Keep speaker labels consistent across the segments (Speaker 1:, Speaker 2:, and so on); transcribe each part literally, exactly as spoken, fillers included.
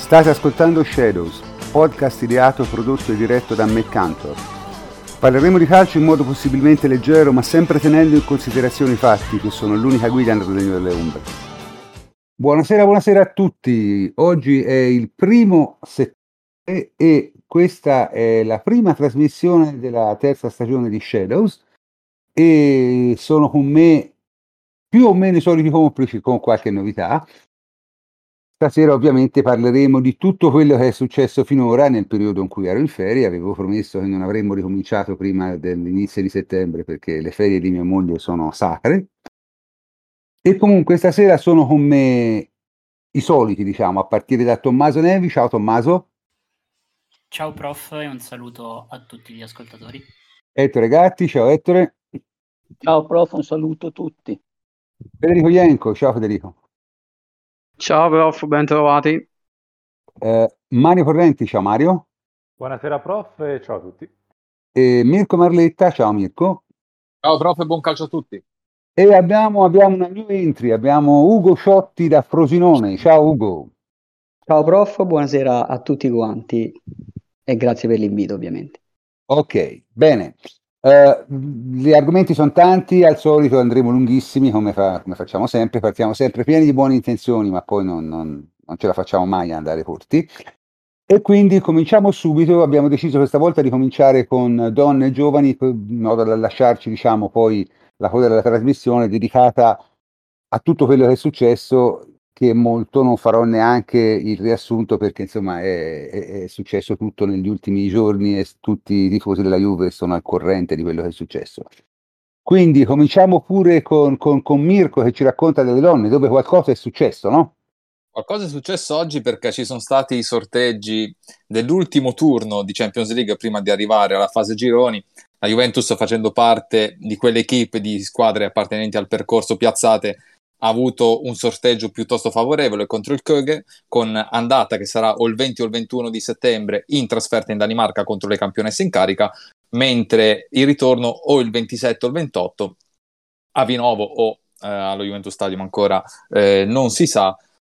Speaker 1: State ascoltando Shadows, podcast ideato, prodotto e diretto da Matt Cantor. Parleremo di calcio in modo possibilmente leggero, ma sempre tenendo in considerazione i fatti, che sono l'unica guida nel regno delle ombre. Buonasera, buonasera a tutti. Oggi è il primo settembre e questa è la prima trasmissione della terza stagione di Shadows e sono con me più o meno i soliti complici con qualche novità. Stasera ovviamente parleremo di tutto quello che è successo finora nel periodo in cui ero in ferie. Avevo promesso che non avremmo ricominciato prima dell'inizio di settembre perché le ferie di mia moglie sono sacre. E comunque stasera sono con me i soliti, diciamo, a partire da Tommaso Nevi. Ciao Tommaso.
Speaker 2: Ciao prof e un saluto a tutti gli ascoltatori.
Speaker 1: Ettore Gatti, ciao Ettore.
Speaker 3: Ciao prof, un saluto a tutti.
Speaker 1: Federico Ienco, ciao Federico.
Speaker 4: Ciao prof, ben trovati.
Speaker 1: Eh, Mario Correnti, ciao Mario.
Speaker 5: Buonasera prof e ciao a tutti.
Speaker 1: E Mirko Marletta, ciao Mirko.
Speaker 6: Ciao prof e buon calcio a tutti.
Speaker 1: E abbiamo, abbiamo una new entry, abbiamo Ugo Sciotti da Frosinone. Ciao Ugo.
Speaker 3: Ciao prof, buonasera a tutti quanti e grazie per l'invito ovviamente.
Speaker 1: Ok, bene. Uh, gli argomenti sono tanti, al solito andremo lunghissimi come, fa, come facciamo sempre, partiamo sempre pieni di buone intenzioni, ma poi non, non, non ce la facciamo mai a andare corti. E quindi cominciamo subito. Abbiamo deciso questa volta di cominciare con donne giovani, in modo da lasciarci, diciamo, poi la coda della trasmissione dedicata a tutto quello che è successo, che molto non farò neanche il riassunto perché insomma è, è, è successo tutto negli ultimi giorni e tutti i tifosi della Juve sono al corrente di quello che è successo. Quindi cominciamo pure con, con, con Mirko che ci racconta delle donne, dove qualcosa è successo, no?
Speaker 6: Qualcosa è successo oggi perché ci sono stati i sorteggi dell'ultimo turno di Champions League prima di arrivare alla fase gironi. La Juventus, facendo parte di quell'equipe di squadre appartenenti al percorso piazzate, ha avuto un sorteggio piuttosto favorevole contro il Køge, con andata che sarà o il venti o il ventuno di settembre in trasferta in Danimarca contro le campionesse in carica, mentre il ritorno o il ventisette o il ventotto a Vinovo o eh, allo Juventus Stadium ancora eh, non si sa,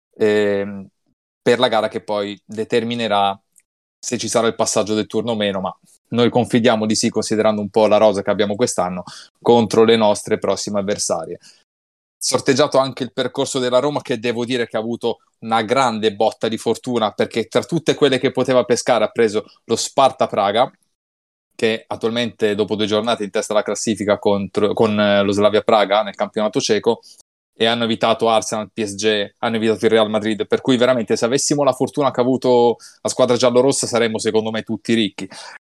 Speaker 6: eh, per la gara che poi determinerà se ci sarà il passaggio del turno o meno, ma noi confidiamo di sì, considerando un po' la rosa che abbiamo quest'anno contro le nostre prossime avversarie. Sorteggiato anche il percorso della Roma, che devo dire che ha avuto una grande botta di fortuna, perché tra tutte quelle che poteva pescare ha preso lo Sparta Praga, che attualmente dopo due giornate in testa alla classifica contro, con eh, lo Slavia Praga nel campionato ceco, e hanno evitato Arsenal, P S G, hanno evitato il Real Madrid, per cui veramente se avessimo la fortuna che ha avuto la squadra giallorossa saremmo secondo me tutti ricchi.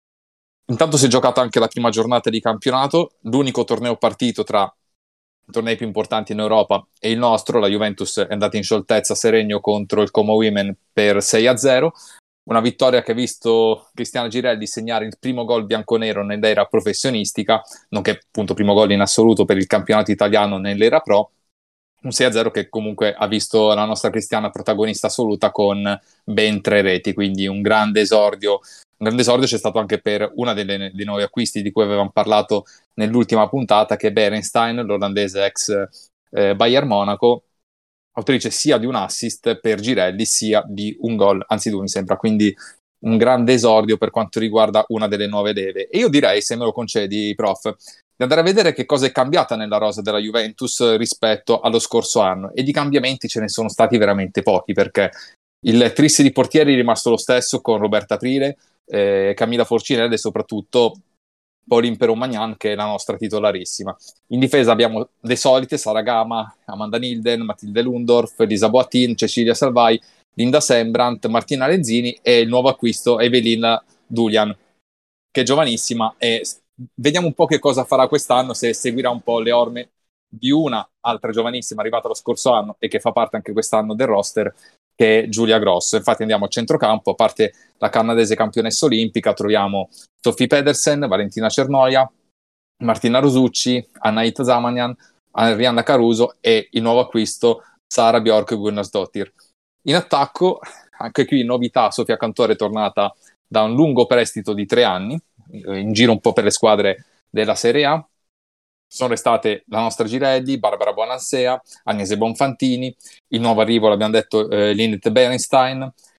Speaker 6: Intanto si è giocata anche la prima giornata di campionato, l'unico torneo partito tra i tornei più importanti in Europa e il nostro. La Juventus è andata in scioltezza a Seregno contro il Como Women per sei a zero, una vittoria che ha visto Cristiana Girelli segnare il primo gol bianconero nell'era professionistica, nonché appunto primo gol in assoluto per il campionato italiano nell'era pro. Un sei a zero che comunque ha visto la nostra Cristiana protagonista assoluta con ben tre reti, quindi un grande esordio. Un grande esordio c'è stato anche per una delle, dei nuovi acquisti di cui avevamo parlato nell'ultima puntata, che è Berenstein, l'olandese ex eh, Bayern Monaco, autrice sia di un assist per Girelli sia di un gol, anzi due mi sembra, quindi un grande esordio per quanto riguarda una delle nuove leve. E io direi, se me lo concedi prof, di andare a vedere che cosa è cambiata nella rosa della Juventus rispetto allo scorso anno, e di cambiamenti ce ne sono stati veramente pochi, perché il tris di portieri è rimasto lo stesso con Roberta Aprile, eh, Camilla Forcinelli e soprattutto Pauline Perron-Magnan, che è la nostra titolarissima. In difesa abbiamo le solite: Sara Gama, Amanda Nilden, Matilde Lundorf, Elisa Boatin, Cecilia Salvai, Linda Sembrant, Martina Lezzini e il nuovo acquisto Evelyn Dulian, che è giovanissima, e vediamo un po' che cosa farà quest'anno, se seguirà un po' le orme di una altra giovanissima arrivata lo scorso anno e che fa parte anche quest'anno del roster, che è Giulia Grosso. Infatti andiamo a centrocampo: a parte la canadese campionessa olimpica, troviamo Sophie Pedersen, Valentina Cernoia, Martina Rosucci, Anaita Zamanian, Arianna Caruso e il nuovo acquisto Sara Bjork Gunnarsdottir. In attacco, anche qui novità: Sofia Cantore è tornata da un lungo prestito di tre anni, in giro un po' per le squadre della Serie A. Sono restate la nostra Girelli, Barbara Bonansea, Agnese Bonfantini, il nuovo arrivo, l'abbiamo detto, eh, Linette Berenstein,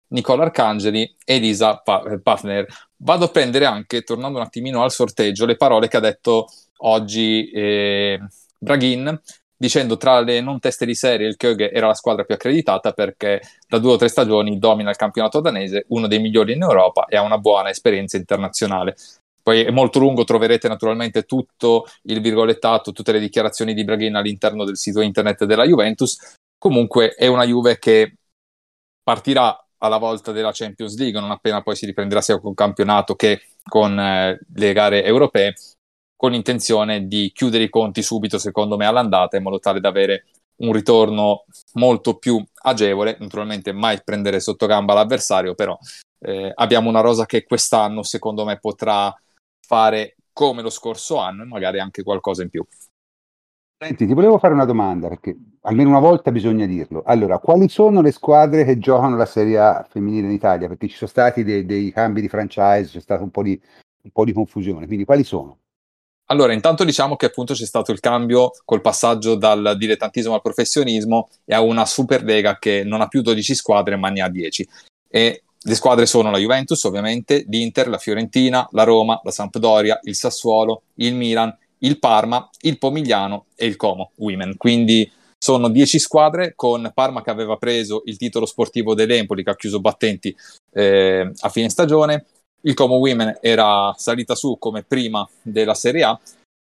Speaker 6: Nicola Arcangeli, Elisa pa- Pafner. Vado a prendere anche, tornando un attimino al sorteggio, le parole che ha detto oggi eh, Braghin, dicendo tra le non teste di serie il Køge era la squadra più accreditata perché da due o tre stagioni domina il campionato danese, uno dei migliori in Europa e ha una buona esperienza internazionale. Poi è molto lungo, troverete naturalmente tutto il virgolettato, tutte le dichiarazioni di Braghin all'interno del sito internet della Juventus. Comunque è una Juve che partirà alla volta della Champions League, non appena poi si riprenderà sia con il campionato che con eh, le gare europee, con intenzione di chiudere i conti subito, secondo me, all'andata, in modo tale da avere un ritorno molto più agevole. Naturalmente mai prendere sotto gamba l'avversario, però eh, abbiamo una rosa che quest'anno, secondo me, potrà fare come lo scorso anno e magari anche qualcosa in più.
Speaker 1: Senti, ti volevo fare una domanda, perché almeno una volta bisogna dirlo. Allora, quali sono le squadre che giocano la Serie A femminile in Italia? Perché ci sono stati dei, dei cambi di franchise, c'è stata un po' di, un po' di confusione, quindi quali sono?
Speaker 6: Allora, intanto diciamo che appunto c'è stato il cambio col passaggio dal dilettantismo al professionismo e a una Superlega che non ha più dodici squadre ma ne ha dieci. E le squadre sono la Juventus, ovviamente, l'Inter, la Fiorentina, la Roma, la Sampdoria, il Sassuolo, il Milan, il Parma, il Pomigliano e il Como Women. Quindi sono dieci squadre, con Parma che aveva preso il titolo sportivo dell'Empoli, che ha chiuso battenti eh, a fine stagione. Il Como Women era salita su come prima della Serie A,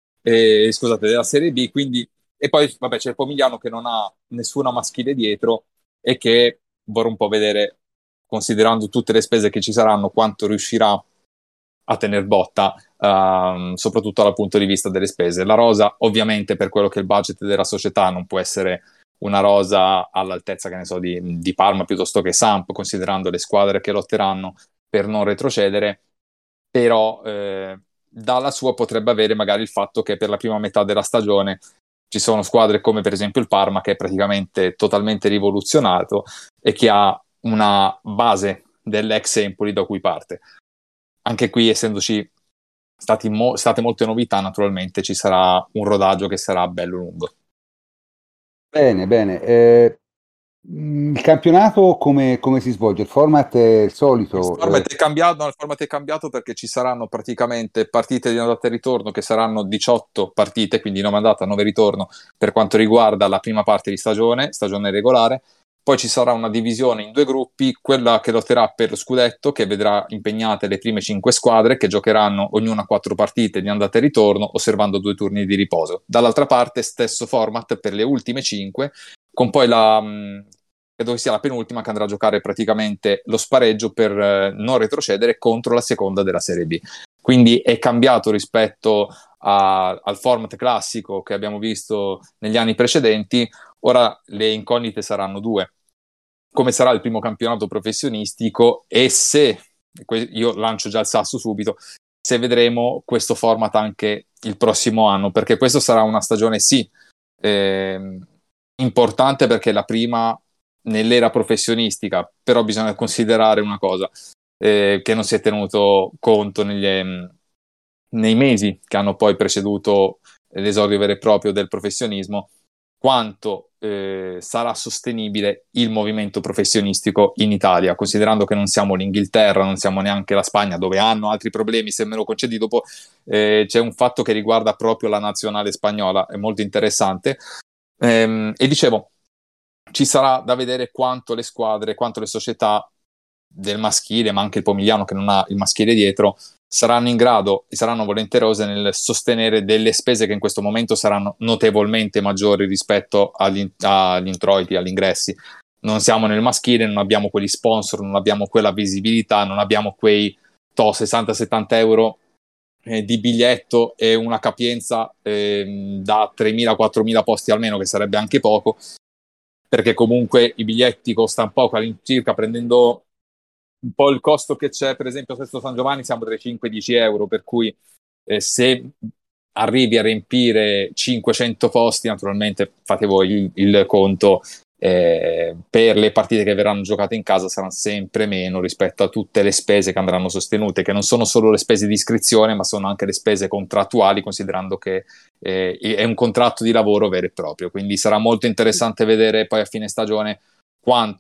Speaker 6: eh, scusate, della Serie B, quindi, e poi vabbè, c'è il Pomigliano che non ha nessuna maschile dietro e che vorrò un po' vedere, considerando tutte le spese che ci saranno, quanto riuscirà a tener botta, uh, soprattutto dal punto di vista delle spese. La rosa, ovviamente, per quello che è il budget della società, non può essere una rosa all'altezza, che ne so, di, di Parma piuttosto che Samp, considerando le squadre che lotteranno per non retrocedere, però eh, dalla sua potrebbe avere magari il fatto che per la prima metà della stagione ci sono squadre come per esempio il Parma, che è praticamente totalmente rivoluzionato e che ha una base dell'ex Empoli da cui parte. Anche qui, essendoci stati mo- state molte novità, naturalmente ci sarà un rodaggio che sarà bello lungo.
Speaker 1: Bene, bene. Eh, il campionato come, come si svolge? Il format è il solito?
Speaker 6: Il format è cambiato, no, il format è cambiato perché ci saranno praticamente partite di andata e ritorno che saranno diciotto partite, quindi nove andata, nove ritorno per quanto riguarda la prima parte di stagione, stagione regolare. Poi ci sarà una divisione in due gruppi, quella che lotterà per lo scudetto, che vedrà impegnate le prime cinque squadre, che giocheranno ognuna quattro partite di andata e ritorno, osservando due turni di riposo. Dall'altra parte, stesso format per le ultime cinque, con poi la, mh, credo che sia la penultima, che andrà a giocare praticamente lo spareggio per eh, non retrocedere contro la seconda della Serie B. Quindi è cambiato rispetto a, al format classico che abbiamo visto negli anni precedenti. Ora le incognite saranno due: come sarà il primo campionato professionistico e se, io lancio già il sasso subito, se vedremo questo format anche il prossimo anno, perché questa sarà una stagione sì eh, importante, perché è la prima nell'era professionistica, però bisogna considerare una cosa eh, che non si è tenuto conto negli, nei mesi che hanno poi preceduto l'esordio vero e proprio del professionismo, quanto eh, sarà sostenibile il movimento professionistico in Italia, considerando che non siamo l'Inghilterra, non siamo neanche la Spagna, dove hanno altri problemi. Se me lo concedi dopo, eh, c'è un fatto che riguarda proprio la nazionale spagnola, è molto interessante. Ehm, e dicevo, ci sarà da vedere quanto le squadre, quanto le società del maschile, ma anche il Pomigliano che non ha il maschile dietro, saranno in grado e saranno volenterose nel sostenere delle spese che in questo momento saranno notevolmente maggiori rispetto agli, agli introiti, agli ingressi. Non siamo nel maschile, non abbiamo quegli sponsor, non abbiamo quella visibilità, non abbiamo quei to, sessanta settanta euro eh, di biglietto e una capienza eh, da tremila quattromila posti almeno, che sarebbe anche poco, perché comunque i biglietti costano poco all'incirca, prendendo un po' il costo che c'è per esempio a Sesto San Giovanni, siamo tra i cinque e i dieci euro, per cui eh, se arrivi a riempire cinquecento posti, naturalmente fate voi il, il conto, eh, per le partite che verranno giocate in casa saranno sempre meno rispetto a tutte le spese che andranno sostenute, che non sono solo le spese di iscrizione, ma sono anche le spese contrattuali, considerando che eh, è un contratto di lavoro vero e proprio. Quindi sarà molto interessante vedere poi a fine stagione quanto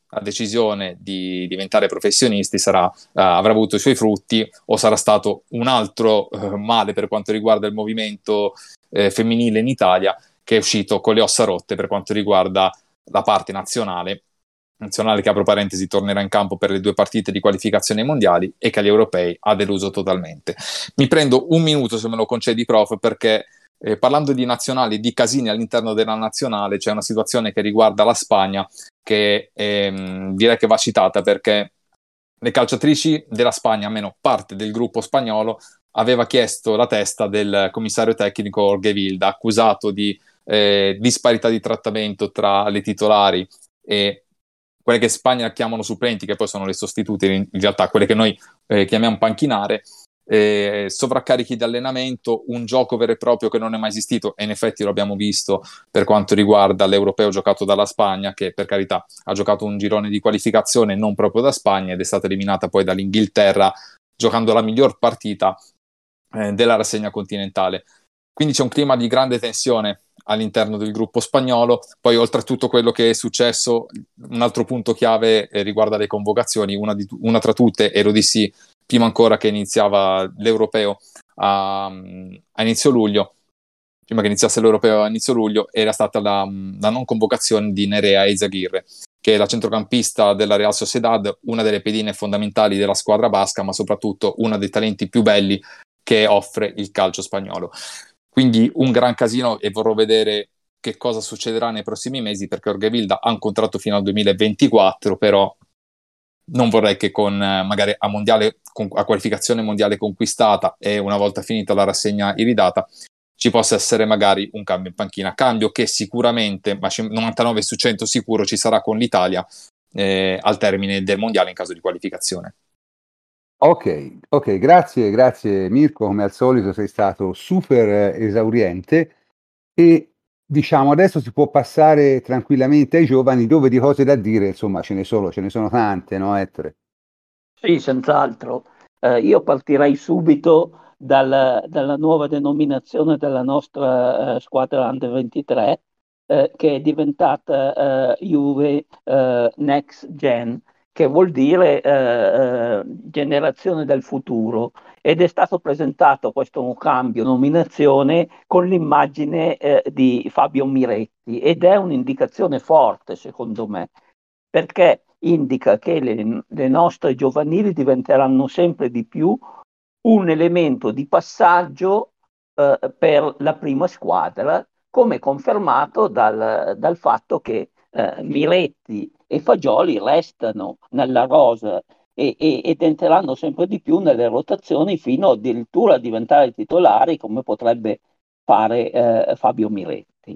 Speaker 6: la decisione di diventare professionisti sarà, uh, avrà avuto i suoi frutti, o sarà stato un altro uh, male per quanto riguarda il movimento eh, femminile in Italia, che è uscito con le ossa rotte per quanto riguarda la parte nazionale, nazionale che, apro parentesi, tornerà in campo per le due partite di qualificazione ai mondiali e che agli europei ha deluso totalmente. Mi prendo un minuto, se me lo concedi, prof, perché eh, parlando di nazionali, di casini all'interno della nazionale, c'è una situazione che riguarda la Spagna che ehm, direi che va citata, perché le calciatrici della Spagna, almeno parte del gruppo spagnolo, aveva chiesto la testa del commissario tecnico Jorge Vilda, accusato di eh, disparità di trattamento tra le titolari e quelle che in Spagna chiamano supplenti, che poi sono le sostitute, in, in realtà quelle che noi eh, chiamiamo panchinare, eh, sovraccarichi di allenamento, un gioco vero e proprio che non è mai esistito, e in effetti lo abbiamo visto per quanto riguarda l'europeo giocato dalla Spagna, che per carità ha giocato un girone di qualificazione non proprio da Spagna ed è stata eliminata poi dall'Inghilterra giocando la miglior partita eh, della rassegna continentale. Quindi c'è un clima di grande tensione all'interno del gruppo spagnolo. Poi, oltre a tutto quello che è successo, un altro punto chiave eh, riguarda le convocazioni, una, di, una tra tutte, e lo dissi prima ancora che iniziava l'europeo a, a inizio luglio, prima che iniziasse l'europeo a inizio luglio, era stata la, la non convocazione di Nerea Eizaguirre, che è la centrocampista della Real Sociedad, una delle pedine fondamentali della squadra basca, ma soprattutto uno dei talenti più belli che offre il calcio spagnolo. Quindi un gran casino, e vorrò vedere che cosa succederà nei prossimi mesi, perché Jorge Vilda ha un contratto fino al duemilaventiquattro, però non vorrei che con magari a mondiale, a qualificazione mondiale conquistata e una volta finita la rassegna iridata, ci possa essere magari un cambio in panchina, cambio che sicuramente, ma novantanove su cento sicuro, ci sarà con l'Italia eh, al termine del mondiale in caso di qualificazione.
Speaker 1: Ok, ok, grazie, grazie Mirko, come al solito sei stato super esauriente, e diciamo adesso si può passare tranquillamente ai giovani, dove di cose da dire, insomma, ce ne sono, ce ne sono tante, no Ettore?
Speaker 7: Sì, senz'altro. Eh, io partirei subito dal- dalla nuova denominazione della nostra eh, squadra Under ventitré, eh, che è diventata eh, Juve eh, Next Gen, che vuol dire eh, eh, generazione del futuro. Ed è stato presentato questo cambio di nominazione con l'immagine eh, di Fabio Miretti, ed è un'indicazione forte, secondo me, perché indica che le, le nostre giovanili diventeranno sempre di più un elemento di passaggio eh, per la prima squadra, come confermato dal, dal fatto che eh, Miretti e Fagioli restano nella rosa e, e, ed entreranno sempre di più nelle rotazioni, fino addirittura a diventare titolari, come potrebbe fare eh, Fabio Miretti.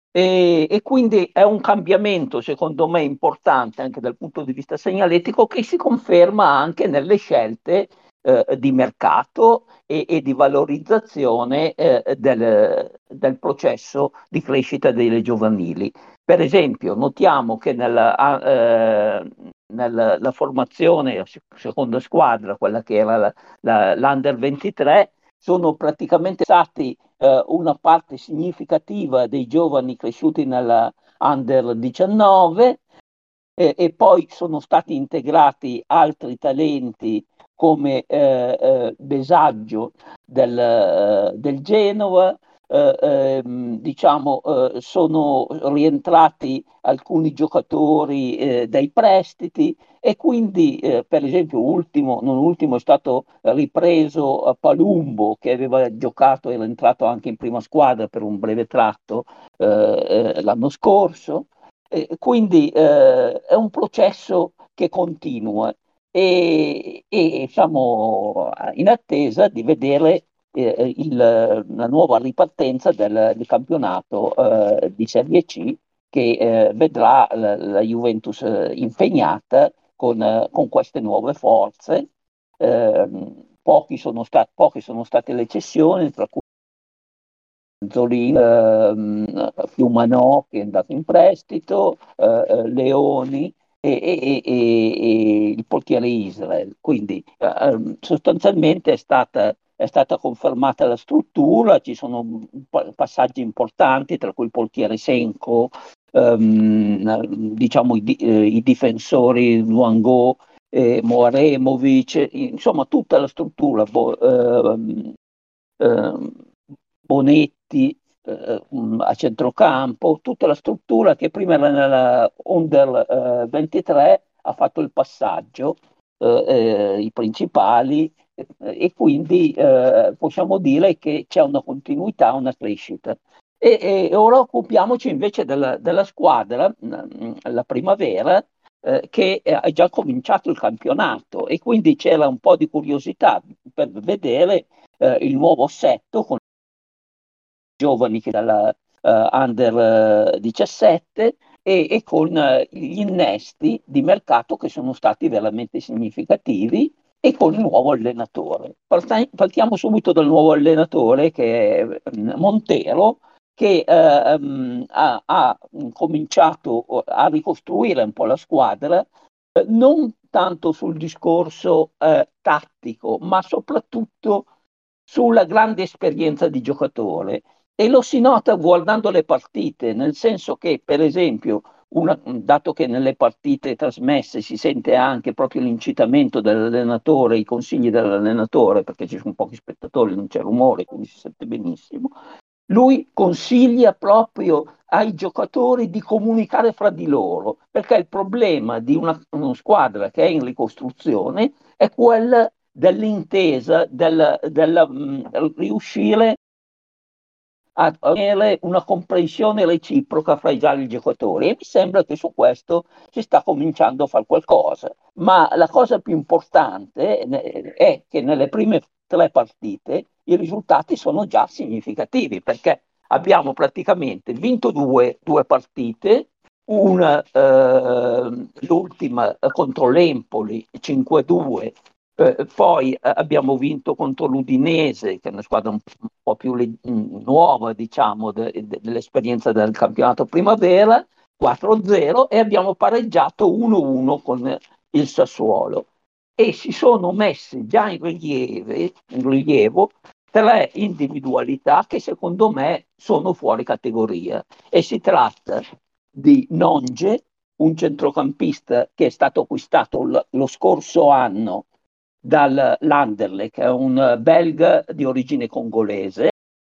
Speaker 7: E, e quindi è un cambiamento, secondo me, importante anche dal punto di vista segnaletico, che si conferma anche nelle scelte eh, di mercato e, e di valorizzazione eh, del, del processo di crescita delle giovanili. Per esempio, notiamo che nella, eh, nella la formazione, la seconda squadra, quella che era la, la, l'Under ventitré, sono praticamente stati eh, una parte significativa dei giovani cresciuti nella Under diciannove, eh, e poi sono stati integrati altri talenti come eh, eh, Besaggio del, eh, del Genova. Eh, ehm, diciamo, eh, sono rientrati alcuni giocatori eh, dai prestiti, e quindi, eh, per esempio, ultimo, non ultimo, è stato ripreso a Palumbo, che aveva giocato, era entrato anche in prima squadra per un breve tratto eh, eh, l'anno scorso. E quindi eh, è un processo che continua, e, e siamo in attesa di vedere eh, il, la nuova ripartenza del, del campionato eh, di Serie C, che eh, vedrà la, la Juventus eh, impegnata con, eh, con queste nuove forze. Eh, pochi sono sta- poche sono state le cessioni, tra cui Zolin, ehm, Fiumanò, che è andato in prestito, eh, eh, Leoni e, e- e- e il portiere Israel. Quindi ehm, sostanzialmente è stata, è stata confermata la struttura, ci sono pa- passaggi importanti, tra cui il portiere Senko, ehm, diciamo i, di- eh, i difensori Luango, eh, Moaremovic, insomma tutta la struttura, Bo- ehm, ehm, Bonetti eh, mm, a centrocampo, tutta la struttura che prima era nella Under eh, ventitré ha fatto il passaggio, eh, eh, i principali, eh, e quindi eh, possiamo dire che c'è una continuità, una crescita. E, e ora occupiamoci invece della, della squadra, mm, la primavera, eh, che ha già cominciato il campionato e quindi c'era un po' di curiosità per vedere eh, il nuovo assetto con giovani che dalla eh, under eh, diciassette e, e con eh, gli innesti di mercato che sono stati veramente significativi e con il nuovo allenatore. Parta- Partiamo subito dal nuovo allenatore che è mm, Montero, che eh, mm, ha, ha cominciato a ricostruire un po' la squadra, eh, non tanto sul discorso eh, tattico, ma soprattutto sulla grande esperienza di giocatore. E lo si nota guardando le partite, nel senso che, per esempio, una- dato che nelle partite trasmesse si sente anche proprio l'incitamento dell'allenatore, i consigli dell'allenatore, perché ci sono pochi spettatori, non c'è rumore, quindi si sente benissimo, lui consiglia proprio ai giocatori di comunicare fra di loro, perché il problema di una, una squadra che è in ricostruzione è quella dell'intesa, del, del, mh, riuscire a avere una comprensione reciproca fra i vari giocatori e mi sembra che su questo si sta cominciando a fare qualcosa. Ma la cosa più importante è che nelle prime tre partite i risultati sono già significativi perché abbiamo praticamente vinto due, due partite, una, eh, l'ultima contro l'Empoli cinque a due. Eh, poi eh, abbiamo vinto contro l'Udinese, che è una squadra un, un po' più le- mh, nuova, diciamo, de- de- dell'esperienza del campionato primavera, quattro a zero, e abbiamo pareggiato uno a uno con il Sassuolo. E si sono messe già in rilievo, in rilievo tre individualità che secondo me sono fuori categoria. E si tratta di Nonge, un centrocampista che è stato acquistato l- lo scorso anno dall'Anderlecht, che è un belga di origine congolese,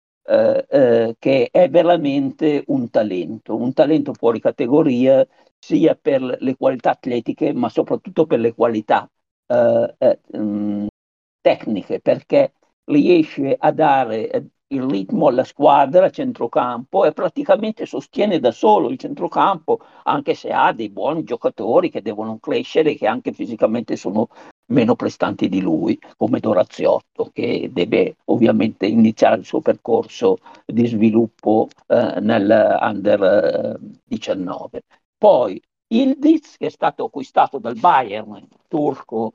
Speaker 7: eh, eh, che è veramente un talento, un talento fuori categoria sia per le qualità atletiche, ma soprattutto per le qualità eh, eh, mh, tecniche, perché riesce a dare eh, il ritmo alla squadra a centrocampo e praticamente sostiene da solo il centrocampo, anche se ha dei buoni giocatori che devono crescere, che anche fisicamente sono meno prestanti di lui, come Doraziotto, che deve ovviamente iniziare il suo percorso di sviluppo eh, nel under eh, diciannove. Poi Ildiz, che è stato acquistato dal Bayern turco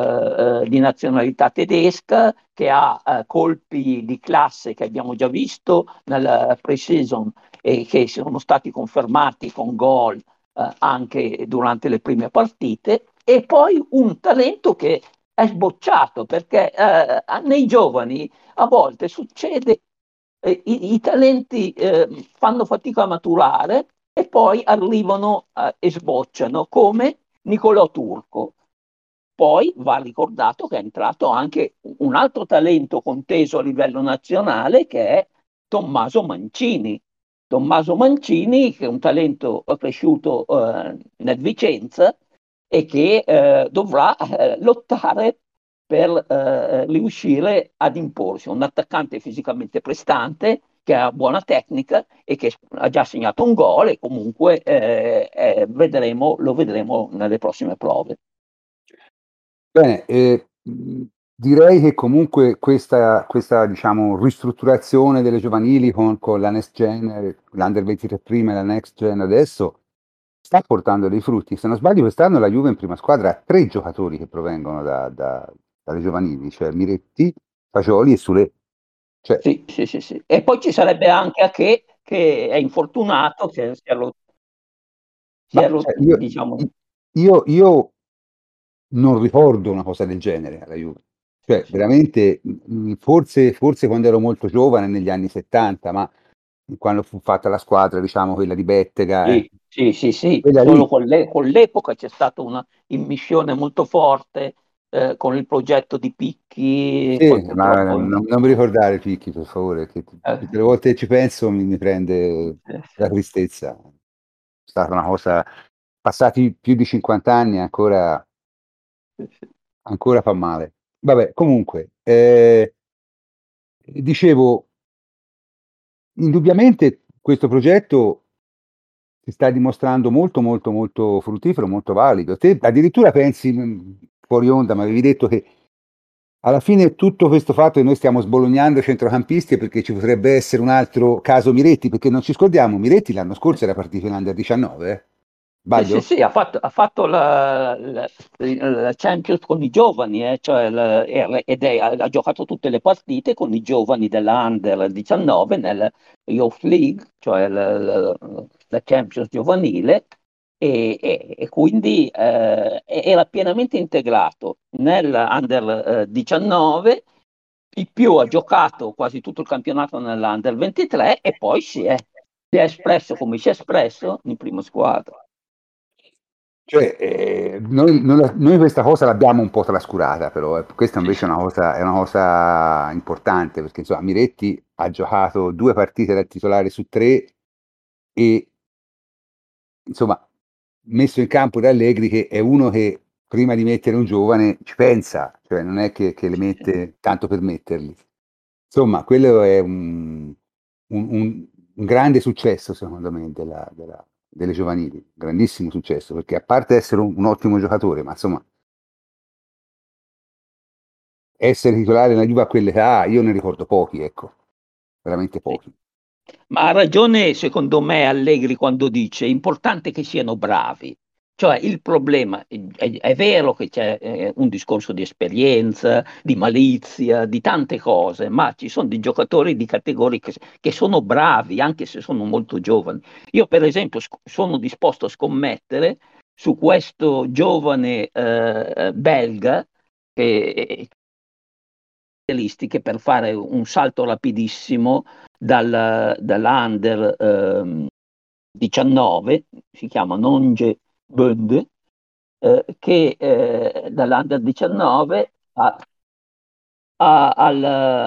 Speaker 7: eh, di nazionalità tedesca, che ha eh, colpi di classe che abbiamo già visto nella pre-season e che sono stati confermati con gol eh, anche durante le prime partite, e poi un talento che è sbocciato perché eh, nei giovani a volte succede, eh, i, i talenti eh, fanno fatica a maturare e poi arrivano eh, e sbocciano, come Nicolò Turco. Poi va ricordato che è entrato anche un altro talento conteso a livello nazionale che è Tommaso Mancini. Tommaso Mancini, che è un talento cresciuto eh, nel Vicenza e che eh, dovrà eh, lottare per eh, riuscire ad imporsi. Un attaccante fisicamente prestante, che ha buona tecnica e che ha già segnato un gol e comunque eh, eh, vedremo, lo vedremo nelle prossime prove.
Speaker 1: Bene, eh, mh, direi che comunque questa, questa, diciamo, ristrutturazione delle giovanili con, con la Next Gen, eh, l'Under ventitré prima e la Next Gen adesso, sta portando dei frutti. Se non sbaglio, quest'anno la Juve in prima squadra ha tre giocatori che provengono da- da- dalle giovanili, cioè Miretti, Fagioli e Sule. Cioè,
Speaker 7: Sì, sì, sì, sì. E poi ci sarebbe anche Aché che è infortunato, si è, si è rotto, si è
Speaker 1: ma
Speaker 7: rotto,
Speaker 1: cioè, io,
Speaker 7: diciamo.
Speaker 1: io, io non ricordo una cosa del genere alla Juve. Cioè,
Speaker 7: Sì.
Speaker 1: veramente, mh, forse, forse quando ero molto giovane, negli anni settanta, ma quando fu fatta la squadra, diciamo, quella di Bettega, eh.
Speaker 7: Sì, sì, sì, sì.
Speaker 1: Quella
Speaker 7: Solo
Speaker 1: lì,
Speaker 7: con, l'e- con l'epoca c'è stata una immissione molto forte eh, con il progetto di Picchi, poi
Speaker 1: sì, ma
Speaker 7: purtroppo...
Speaker 1: non, non mi ricordare Picchi, per favore, che
Speaker 7: eh,
Speaker 1: tutte le volte che ci penso mi, mi prende
Speaker 7: eh,
Speaker 1: la tristezza. È stata una cosa, passati più di cinquanta anni, ancora,
Speaker 7: sì, sì.
Speaker 1: ancora fa male. Vabbè, comunque, eh, dicevo, indubbiamente questo progetto si sta dimostrando molto, molto, molto fruttifero, molto valido. Te addirittura pensi, mh, fuori onda, ma avevi detto che alla fine tutto questo fatto che noi stiamo sbolognando i centrocampisti è perché ci potrebbe essere un altro caso Miretti, perché non ci scordiamo, Miretti l'anno scorso era partito in Under diciannove, eh?
Speaker 7: Sì, sì,
Speaker 1: Sbaglio?
Speaker 7: sì, ha fatto, ha fatto la, la- la Champions con i giovani, eh, cioè la- ed è- ha giocato tutte le partite con i giovani della Under diciannove nel Youth League, cioè la, la- la Champions giovanile, e, e- e quindi eh, era pienamente integrato nell'Under eh, diciannove, in più ha giocato quasi tutto il campionato nell'Under ventitré e poi si è, si è espresso come si è espresso in prima squadra.
Speaker 1: Cioè, eh, noi, noi la- noi questa cosa l'abbiamo un po' trascurata, però eh. Questa
Speaker 7: Sì,
Speaker 1: invece è
Speaker 7: sì.
Speaker 1: una cosa, è una cosa importante, perché insomma Miretti ha giocato due partite da titolare su tre e insomma messo in campo da Allegri, che è uno che prima di mettere un giovane ci pensa, cioè non è che, che le
Speaker 7: Sì, sì.
Speaker 1: mette tanto per metterli. Insomma, quello è un, un- un- un grande successo, secondo me, della- della- delle giovanili, grandissimo successo, perché a parte essere un, un ottimo giocatore, ma insomma, essere titolare nella Juve a quell'età, io ne ricordo pochi, ecco, veramente
Speaker 7: Sì.
Speaker 1: pochi.
Speaker 7: Ma ha ragione, secondo me, Allegri quando dice è importante che siano bravi. Cioè, il problema è, è vero che c'è eh, un discorso di esperienza, di malizia, di tante cose, ma ci sono dei giocatori di categorie che, che sono bravi, anche se sono molto giovani. Io, per esempio, sc- sono disposto a scommettere su questo giovane eh, belga che, che per fare un salto rapidissimo dal, dall'Under ehm, diciannove, si chiama Nonge Bönde, eh, che eh, dall'Under diciannove a, a- al,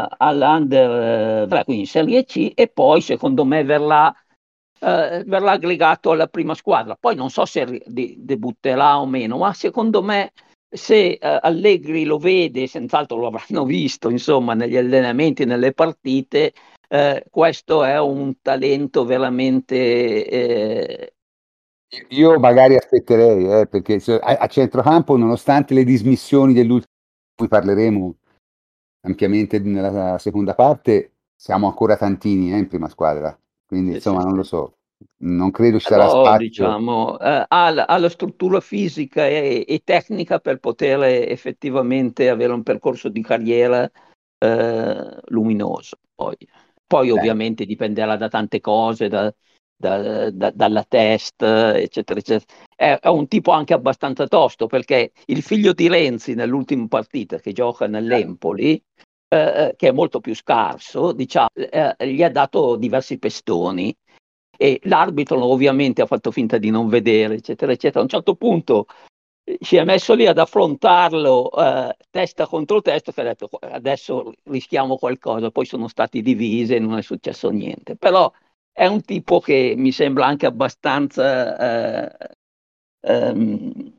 Speaker 7: all'Under tre, quindi in Serie C, e poi secondo me verrà, eh, verrà aggregato alla prima squadra. Poi non so se ri- de- debutterà o meno, ma secondo me se eh, Allegri lo vede, senz'altro lo avranno visto, insomma, negli allenamenti, nelle partite, eh, questo è un talento veramente eh,
Speaker 1: Io magari aspetterei, eh, perché se- a, a centrocampo, nonostante le dismissioni dell'ultimo, di cui parleremo ampiamente nella seconda parte, siamo ancora tantini, eh, in prima squadra, quindi
Speaker 7: sì, sì,
Speaker 1: insomma non lo
Speaker 7: sì.
Speaker 1: so, non credo ci sarà
Speaker 7: Però
Speaker 1: spazio.
Speaker 7: diciamo eh, ha, la ha la struttura fisica e, e tecnica per poter effettivamente avere un percorso di carriera eh, luminoso. Poi, poi
Speaker 1: Beh,
Speaker 7: ovviamente dipenderà da tante cose, da- da- da- dalla testa, eccetera, eccetera. È, è un tipo anche abbastanza tosto perché il figlio di Renzi nell'ultima partita che gioca nell'Empoli, eh, che è molto più scarso, diciamo, eh, gli ha dato diversi pestoni e l'arbitro ovviamente ha fatto finta di non vedere, eccetera, eccetera. A un certo punto eh, si è messo lì ad affrontarlo eh, testa contro testa, che ha detto adesso rischiamo qualcosa, poi sono stati divisi e non è successo niente. Però è un tipo che mi sembra anche abbastanza eh, ehm,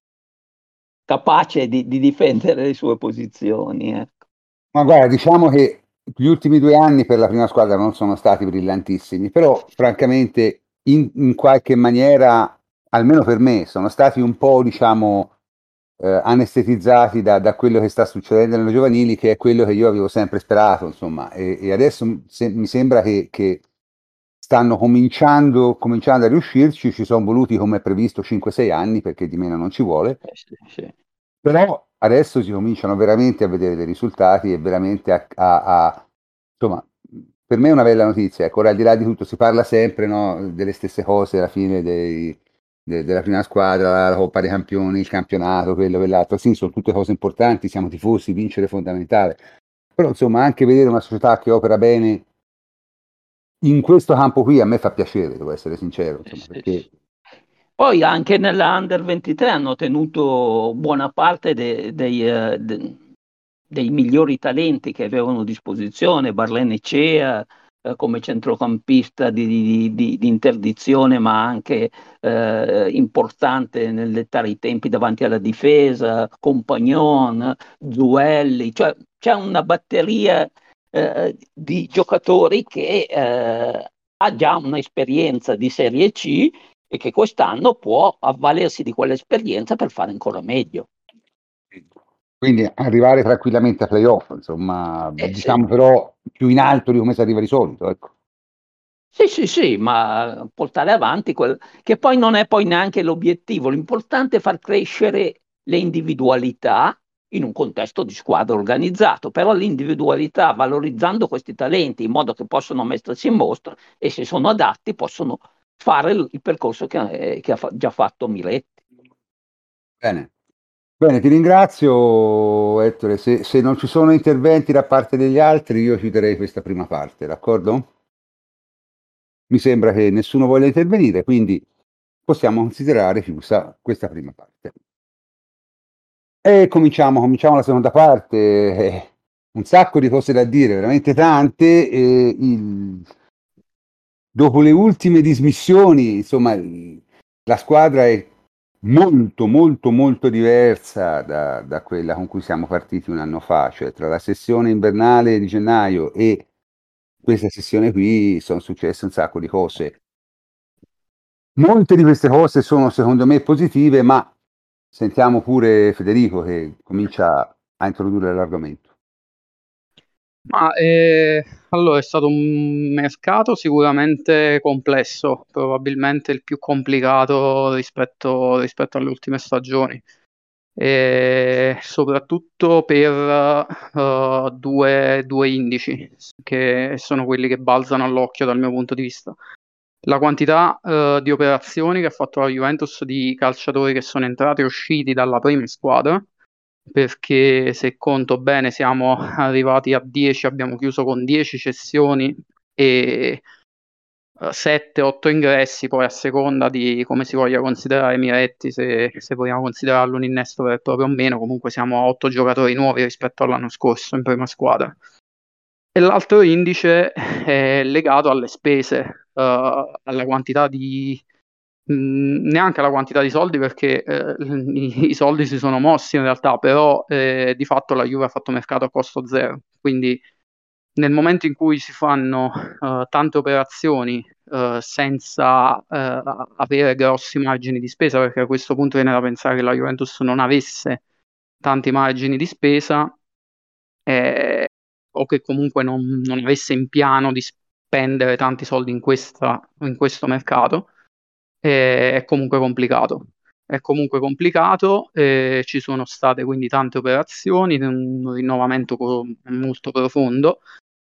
Speaker 7: capace di, di difendere le sue posizioni. Ecco.
Speaker 1: ma guarda, diciamo che gli ultimi due anni per la prima squadra non sono stati brillantissimi, però francamente in, in qualche maniera, almeno per me, sono stati un po', diciamo, eh, anestetizzati da, da quello che sta succedendo nelle giovanili, che è quello che io avevo sempre sperato, insomma, e, e adesso se- mi sembra che, che stanno cominciando, cominciando a riuscirci, ci sono voluti come previsto cinque sei anni, perché di meno non ci vuole.
Speaker 7: Eh, sì, sì.
Speaker 1: Però adesso si cominciano veramente a vedere dei risultati e veramente a, a- a- insomma, per me è una bella notizia. Ecco, ora al di là di tutto si parla sempre, no, delle stesse cose alla fine dei- de- della prima squadra, la Coppa dei Campioni, il campionato, quello, quell'altro. Sì, sono tutte cose importanti, siamo tifosi, vincere è fondamentale. Però insomma anche vedere una società che opera bene in questo campo qui a me fa piacere, devo essere sincero, insomma,
Speaker 7: Sì,
Speaker 1: perché
Speaker 7: sì. Poi anche nella Under ventitré hanno tenuto buona parte de- dei, eh, de- dei migliori talenti che avevano a disposizione, Barrenechea eh, come centrocampista di, di- di- di interdizione, ma anche eh, importante nel dettare i tempi davanti alla difesa, Compagnon, Zuelli, cioè c'è una batteria eh, di giocatori che eh, ha già un'esperienza di Serie C e che quest'anno può avvalersi di quell'esperienza per fare ancora meglio.
Speaker 1: quindi arrivare tranquillamente a playoff, insomma,
Speaker 7: Eh, sì.
Speaker 1: diciamo però più in alto di come si arriva di solito, ecco.
Speaker 7: Sì, sì, sì, ma portare avanti quel che poi non è poi neanche l'obiettivo, l'importante è far crescere le individualità in un contesto di squadra organizzato, però l'individualità valorizzando questi talenti in modo che possono mettersi in mostra e se sono adatti possono fare il, il percorso che, che ha fa- già fatto Miretti.
Speaker 1: Bene. Bene, ti ringrazio Ettore, se, se non ci sono interventi da parte degli altri io chiuderei questa prima parte, d'accordo? Mi sembra che nessuno voglia intervenire, quindi possiamo considerare chiusa questa prima parte. E cominciamo, cominciamo la seconda parte. eh, Un sacco di cose da dire, veramente tante. E il- Dopo le ultime dismissioni, insomma, il- la squadra è molto, molto, molto diversa da, da quella con cui siamo partiti un anno fa, cioè tra la sessione invernale di gennaio e questa sessione qui sono successe un sacco di cose. Molte di queste cose sono secondo me positive, ma sentiamo pure Federico che comincia a introdurre l'argomento.
Speaker 4: Ma eh, allora è stato un mercato sicuramente complesso, probabilmente il più complicato rispetto, rispetto alle ultime stagioni, e soprattutto per eh, due, due indici che sono quelli che balzano all'occhio dal mio punto di vista. La quantità eh, di operazioni che ha fatto la Juventus di calciatori che sono entrati e usciti dalla prima squadra, perché se conto bene siamo arrivati a dieci, abbiamo chiuso con dieci cessioni e sette otto ingressi, poi a seconda di come si voglia considerare Miretti, se, se vogliamo considerarlo un innesto vero e proprio o meno, comunque siamo a otto giocatori nuovi rispetto all'anno scorso in prima squadra. E l'altro indice è legato alle spese, uh, alla quantità di, mh, neanche alla quantità di soldi perché eh, i, i soldi si sono mossi in realtà, però eh, di fatto la Juve ha fatto mercato a costo zero, quindi nel momento in cui si fanno uh, tante operazioni uh, senza uh, avere grossi margini di spesa, perché a questo punto viene da pensare che la Juventus non avesse tanti margini di spesa, eh, o che comunque non, non avesse in piano di spendere tanti soldi in, questa, in questo mercato, eh, è comunque complicato. È comunque complicato, eh, ci sono state quindi tante operazioni, un rinnovamento co- molto profondo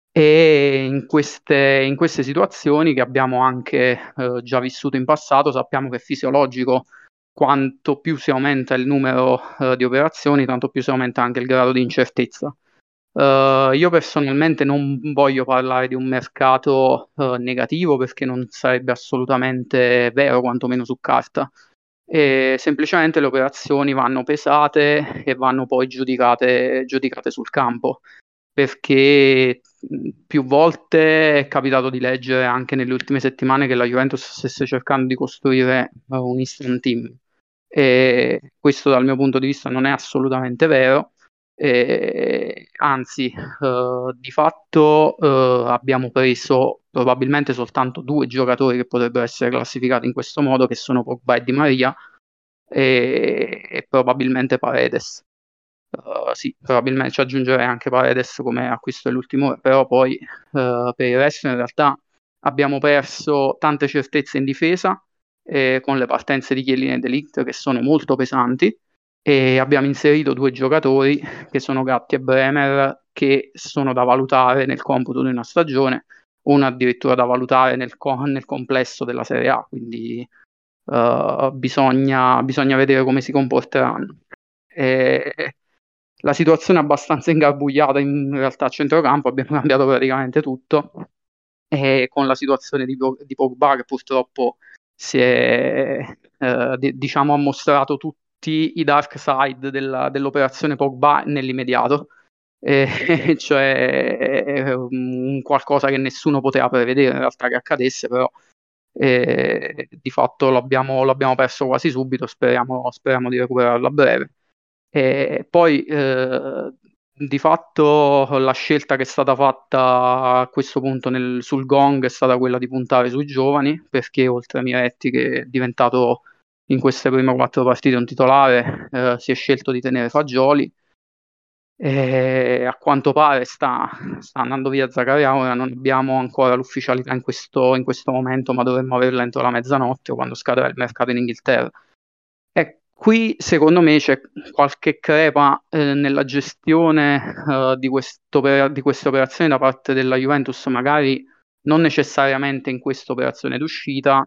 Speaker 4: e in queste, in queste situazioni che abbiamo anche eh, già vissuto in passato, sappiamo che è fisiologico quanto più si aumenta il numero eh, di operazioni, tanto più si aumenta anche il grado di incertezza. Uh, io personalmente non voglio parlare di un mercato uh, negativo perché non sarebbe assolutamente vero, quantomeno su carta. E semplicemente le operazioni vanno pesate e vanno poi giudicate, giudicate sul campo, perché mh, più volte è capitato di leggere anche nelle ultime settimane che la Juventus stesse cercando di costruire uh, un instant team. E questo dal mio punto di vista non è assolutamente vero. Eh, anzi, eh, di fatto eh, abbiamo preso probabilmente soltanto due giocatori che potrebbero essere classificati in questo modo, che sono Pogba e Di Maria e, e probabilmente Paredes. Uh, sì, probabilmente ci aggiungerei anche Paredes come acquisto dell'ultimo, però poi uh, per il resto in realtà abbiamo perso tante certezze in difesa eh, con le partenze di Chiellini e De Ligt che sono molto pesanti e abbiamo inserito due giocatori che sono Gatti e Bremer che sono da valutare nel computo di una stagione, uno addirittura da valutare nel, co- nel complesso della Serie A, quindi uh, bisogna, bisogna vedere come si comporteranno. E la situazione è abbastanza ingarbugliata in realtà a centrocampo, abbiamo cambiato praticamente tutto e con la situazione di, di Pogba che purtroppo si è, eh, di, diciamo, ha mostrato tutti i dark side della, dell'operazione Pogba nell'immediato, eh, cioè è un qualcosa che nessuno poteva prevedere in realtà che accadesse, però eh, di fatto l'abbiamo, l'abbiamo perso quasi subito, speriamo, speriamo di recuperarlo a breve. E poi eh, di fatto la scelta che è stata fatta a questo punto nel- sul Gong è stata quella di puntare sui giovani, perché oltre a Miretti, che è diventato in queste prime quattro partite un titolare, eh, si è scelto di tenere Fagioli. E a quanto pare sta, sta andando via Zaccaria. Ora non abbiamo ancora l'ufficialità in questo, in questo momento, ma dovremmo averla entro la mezzanotte o quando scadrà il mercato in Inghilterra. E qui secondo me c'è qualche crepa eh, nella gestione eh, di quest'opera- di queste operazioni da parte della Juventus, magari non necessariamente in questa operazione d'uscita,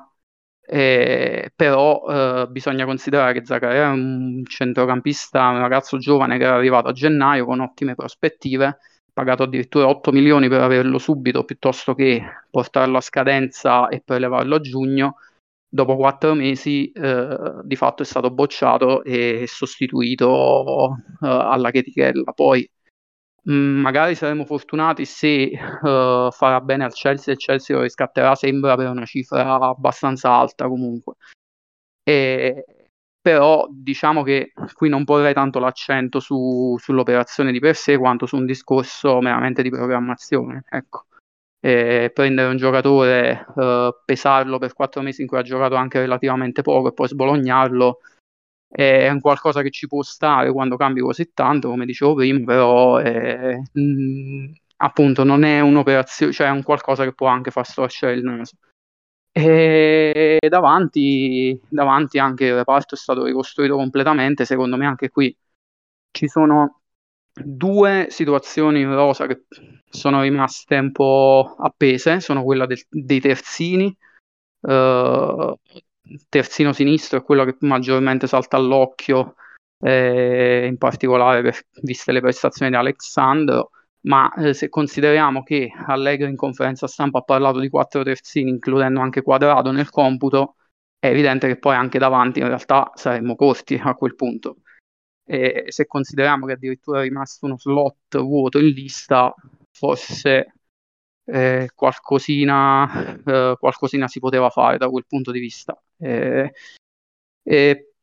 Speaker 4: eh, però eh, bisogna considerare che Zaccaria è un centrocampista, un ragazzo giovane che era arrivato a gennaio con ottime prospettive, pagato addirittura otto milioni per averlo subito piuttosto che portarlo a scadenza e prelevarlo a giugno. Dopo quattro mesi eh, di fatto è stato bocciato e sostituito eh, alla chetichella. Poi mh, magari saremo fortunati se eh, farà bene al Chelsea e il Chelsea lo riscatterà, sembra, per una cifra abbastanza alta comunque. E, però diciamo che qui non porrei tanto l'accento su- sull'operazione di per sé quanto su un discorso meramente di programmazione. Ecco. E prendere un giocatore, eh, pesarlo per quattro mesi in cui ha giocato anche relativamente poco e poi sbolognarlo è un qualcosa che ci può stare quando cambi così tanto, come dicevo prima, però è, mh, appunto non è un'operazione, cioè è un qualcosa che può anche far storcere il naso. E davanti, davanti anche il reparto è stato ricostruito completamente. Secondo me anche qui ci sono due situazioni in rosa che sono rimaste un po' appese, sono quella del- dei terzini. Eh, terzino sinistro è quello che maggiormente salta all'occhio, eh, in particolare per- viste le prestazioni di Alexandro, ma eh, se consideriamo che Allegri in conferenza stampa ha parlato di quattro terzini, includendo anche Quadrado nel computo, è evidente che poi anche davanti in realtà saremmo corti a quel punto. E se consideriamo che addirittura è rimasto uno slot vuoto in lista, forse eh, qualcosina, eh, qualcosina si poteva fare da quel punto di vista. Eh, eh,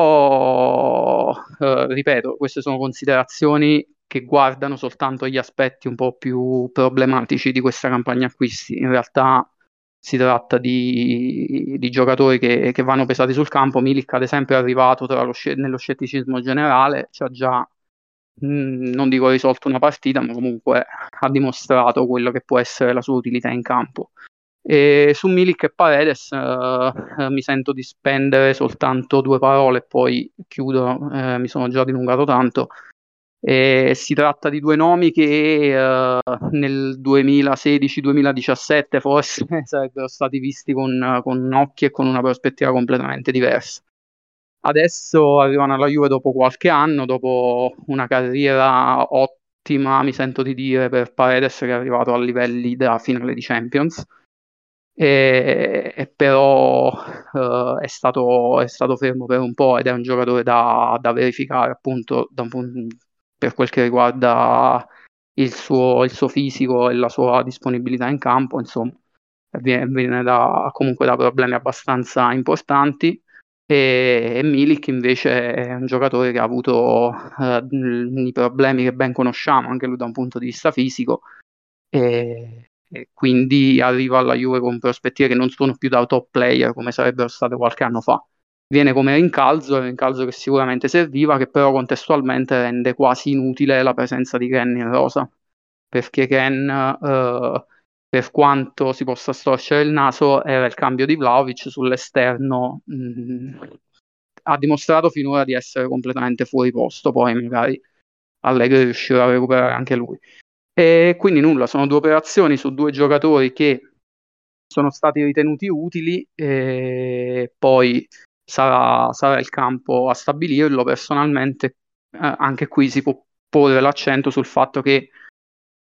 Speaker 4: però, eh, ripeto, queste sono considerazioni che guardano soltanto gli aspetti un po' più problematici di questa campagna acquisti. In realtà si tratta di, di giocatori che, che vanno pesati sul campo. Milik, ad esempio, è arrivato tra lo sce- nello scetticismo generale, ci ha già, mh, non dico risolto una partita, ma comunque ha dimostrato quello che può essere la sua utilità in campo. E su Milik e Paredes eh, eh, mi sento di spendere soltanto due parole e poi chiudo, eh, mi sono già dilungato tanto. E si tratta di due nomi che eh, nel duemilasedici-duemiladiciassette forse sarebbero stati visti con, con occhi e con una prospettiva completamente diversa. Adesso arrivano alla Juve dopo qualche anno, dopo una carriera ottima, mi sento di dire, per Paredes, che è arrivato a livelli da finale di Champions. E, e però eh, è stato, è stato fermo per un po' ed è un giocatore da, da verificare appunto da un pun- per quel che riguarda il suo, il suo fisico e la sua disponibilità in campo, insomma, viene, viene da, comunque da problemi abbastanza importanti. E, e Milik invece è un giocatore che ha avuto eh, i problemi che ben conosciamo, anche lui da un punto di vista fisico, e, e quindi arriva alla Juve con prospettive che non sono più da top player come sarebbero state qualche anno fa. Viene come rincalzo, il rincalzo che sicuramente serviva, che però contestualmente rende quasi inutile la presenza di Ken in rosa, perché Ken, eh, per quanto si possa storcere il naso, era il cambio di Vlahovic sull'esterno, mh, ha dimostrato finora di essere completamente fuori posto, poi magari Allegri riuscirà a recuperare anche lui. E quindi nulla, sono due operazioni su due giocatori che sono stati ritenuti utili, e poi sarà, sarà il campo a stabilirlo. Personalmente, eh, anche qui si può porre l'accento sul fatto che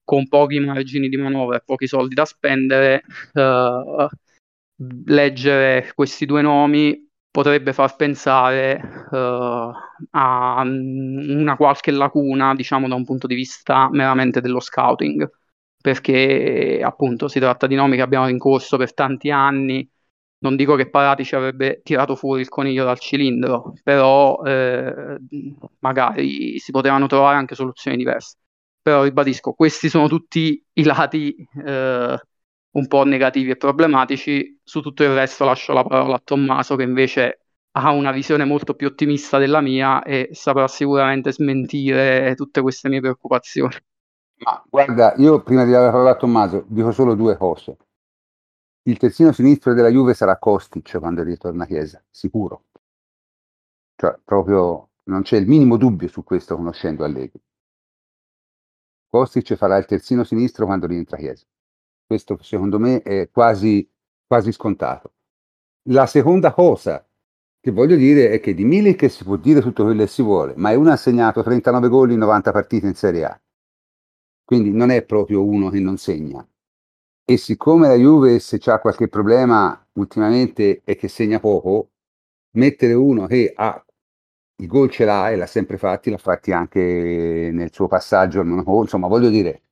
Speaker 4: con pochi margini di manovra e pochi soldi da spendere, eh, leggere questi due nomi potrebbe far pensare eh, a una qualche lacuna, diciamo, da un punto di vista meramente dello scouting, perché appunto si tratta di nomi che abbiamo rincorso per tanti anni. Non dico che Parati ci avrebbe tirato fuori il coniglio dal cilindro, però eh, magari si potevano trovare anche soluzioni diverse. Però ribadisco, questi sono tutti i lati eh, un po' negativi e problematici. Su tutto il resto lascio la parola a Tommaso, che invece ha una visione molto più ottimista della mia e saprà sicuramente smentire tutte queste mie preoccupazioni.
Speaker 1: Ma guarda, io prima di dare la parola a Tommaso dico solo due cose. Il terzino sinistro della Juve sarà Kostic quando ritorna a Chiesa, sicuro. Cioè, proprio non c'è il minimo dubbio su questo conoscendo Allegri. Kostic farà il terzino sinistro quando rientra a Chiesa. Questo secondo me è quasi, quasi scontato. La seconda cosa che voglio dire è che di Milik si può dire tutto quello che si vuole, ma è uno ha segnato trentanove gol in novanta partite in Serie A. Quindi non è proprio uno che non segna. E siccome la Juve, se c'ha qualche problema ultimamente è che segna poco, mettere uno che ha i gol ce l'ha e l'ha sempre fatti, l'ha fatti anche nel suo passaggio al Monaco, insomma voglio dire,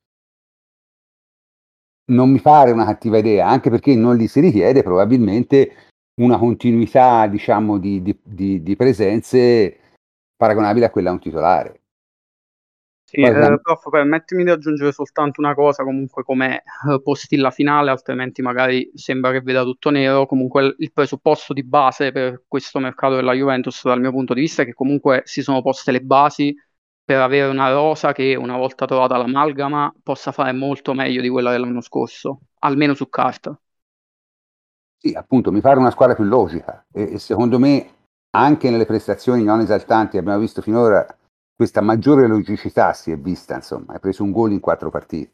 Speaker 1: non mi pare una cattiva idea, anche perché non gli si richiede probabilmente una continuità, diciamo, di, di, di, di presenze paragonabile a quella a un titolare.
Speaker 4: Sì, eh, prof, permettimi di aggiungere soltanto una cosa, comunque come eh, postilla finale, altrimenti magari sembra che veda tutto nero. Comunque il, il presupposto di base per questo mercato della Juventus, dal mio punto di vista, è che comunque si sono poste le basi per avere una rosa che, una volta trovata l'amalgama, possa fare molto meglio di quella dell'anno scorso, almeno su carta.
Speaker 1: Sì, appunto, mi pare una squadra più logica e, e secondo me anche nelle prestazioni non esaltanti che abbiamo visto finora questa maggiore logicità si è vista, insomma, hai preso un gol in quattro partite.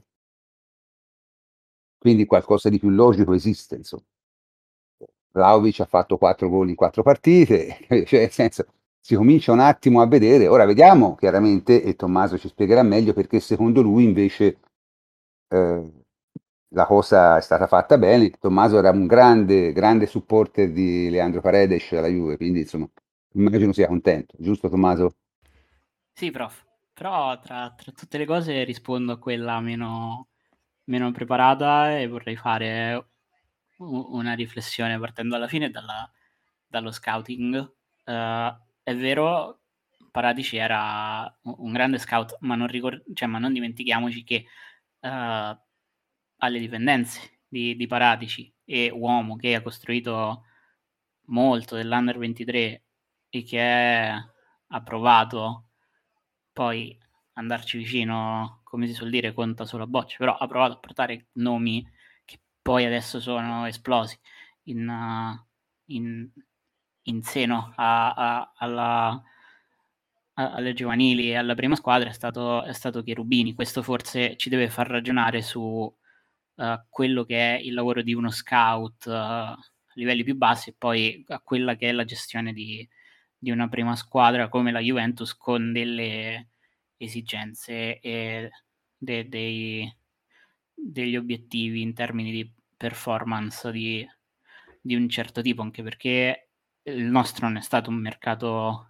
Speaker 1: Quindi qualcosa di più logico esiste, insomma. Vlahovic ha fatto quattro gol in quattro partite, cioè nel senso si comincia un attimo a vedere, ora vediamo chiaramente, e Tommaso ci spiegherà meglio perché secondo lui invece eh, la cosa è stata fatta bene. Tommaso era un grande, grande supporter di Leandro Paredes alla Juve, quindi insomma immagino sia contento, giusto Tommaso?
Speaker 2: Sì, prof. Però tra, tra tutte le cose rispondo a quella meno, meno preparata e vorrei fare u- una riflessione partendo alla fine dalla, dallo scouting. Eh, è vero, Paratici era un, un grande scout, ma non, ricor- cioè, ma non dimentichiamoci che eh, alle dipendenze di, di Paratici e uomo che ha costruito molto dell'Under ventitré e che ha provato poi andarci vicino, come si suol dire, conta solo a bocce, però ha provato a portare nomi che poi adesso sono esplosi in, uh, in, in seno a, a, alla, a, alle giovanili e alla prima squadra è stato, è stato Cherubini. Questo forse ci deve far ragionare su uh, quello che è il lavoro di uno scout uh, a livelli più bassi e poi a quella che è la gestione di, di una prima squadra come la Juventus con delle esigenze e de- dei, degli obiettivi in termini di performance di, di un certo tipo, anche perché il nostro non è stato un mercato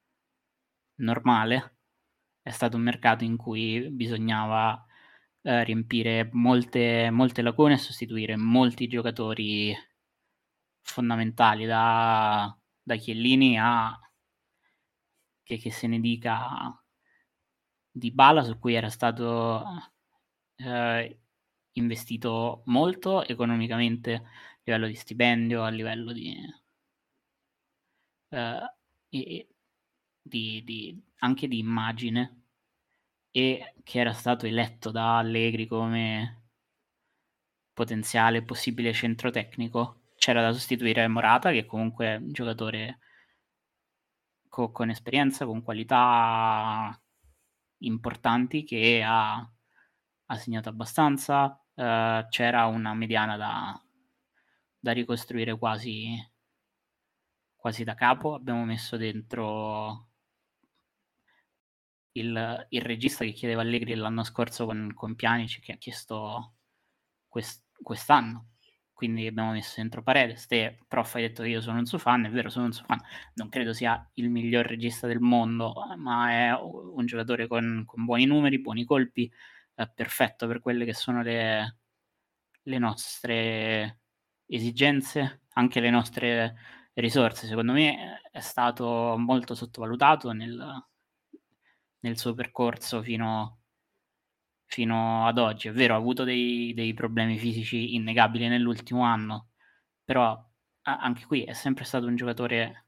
Speaker 2: normale, è stato un mercato in cui bisognava eh, riempire molte, molte lacune e sostituire molti giocatori fondamentali da, da Chiellini a che, che se ne dica Dybala, su cui era stato eh, investito molto economicamente a livello di stipendio, a livello di, eh, e, di, di anche di immagine, e che era stato eletto da Allegri come potenziale possibile centro tecnico. C'era da sostituire Morata, che comunque è un giocatore co- con esperienza, con qualità importanti, che ha, ha segnato abbastanza. Uh, c'era una mediana da, da ricostruire quasi, quasi da capo. Abbiamo messo dentro il, il regista che chiedeva Allegri l'anno scorso con, con Pjanic, che ha chiesto quest, quest'anno. Quindi abbiamo messo dentro Paredes. Te, prof, hai detto che io sono un suo fan, è vero, sono un suo fan. Non credo sia il miglior regista del mondo, ma è un giocatore con, con buoni numeri, buoni colpi, eh, perfetto per quelle che sono le, le nostre esigenze, anche le nostre risorse. Secondo me è stato molto sottovalutato nel, nel suo percorso fino, fino ad oggi. È vero, ha avuto dei, dei problemi fisici innegabili nell'ultimo anno, però a- anche qui è sempre stato un giocatore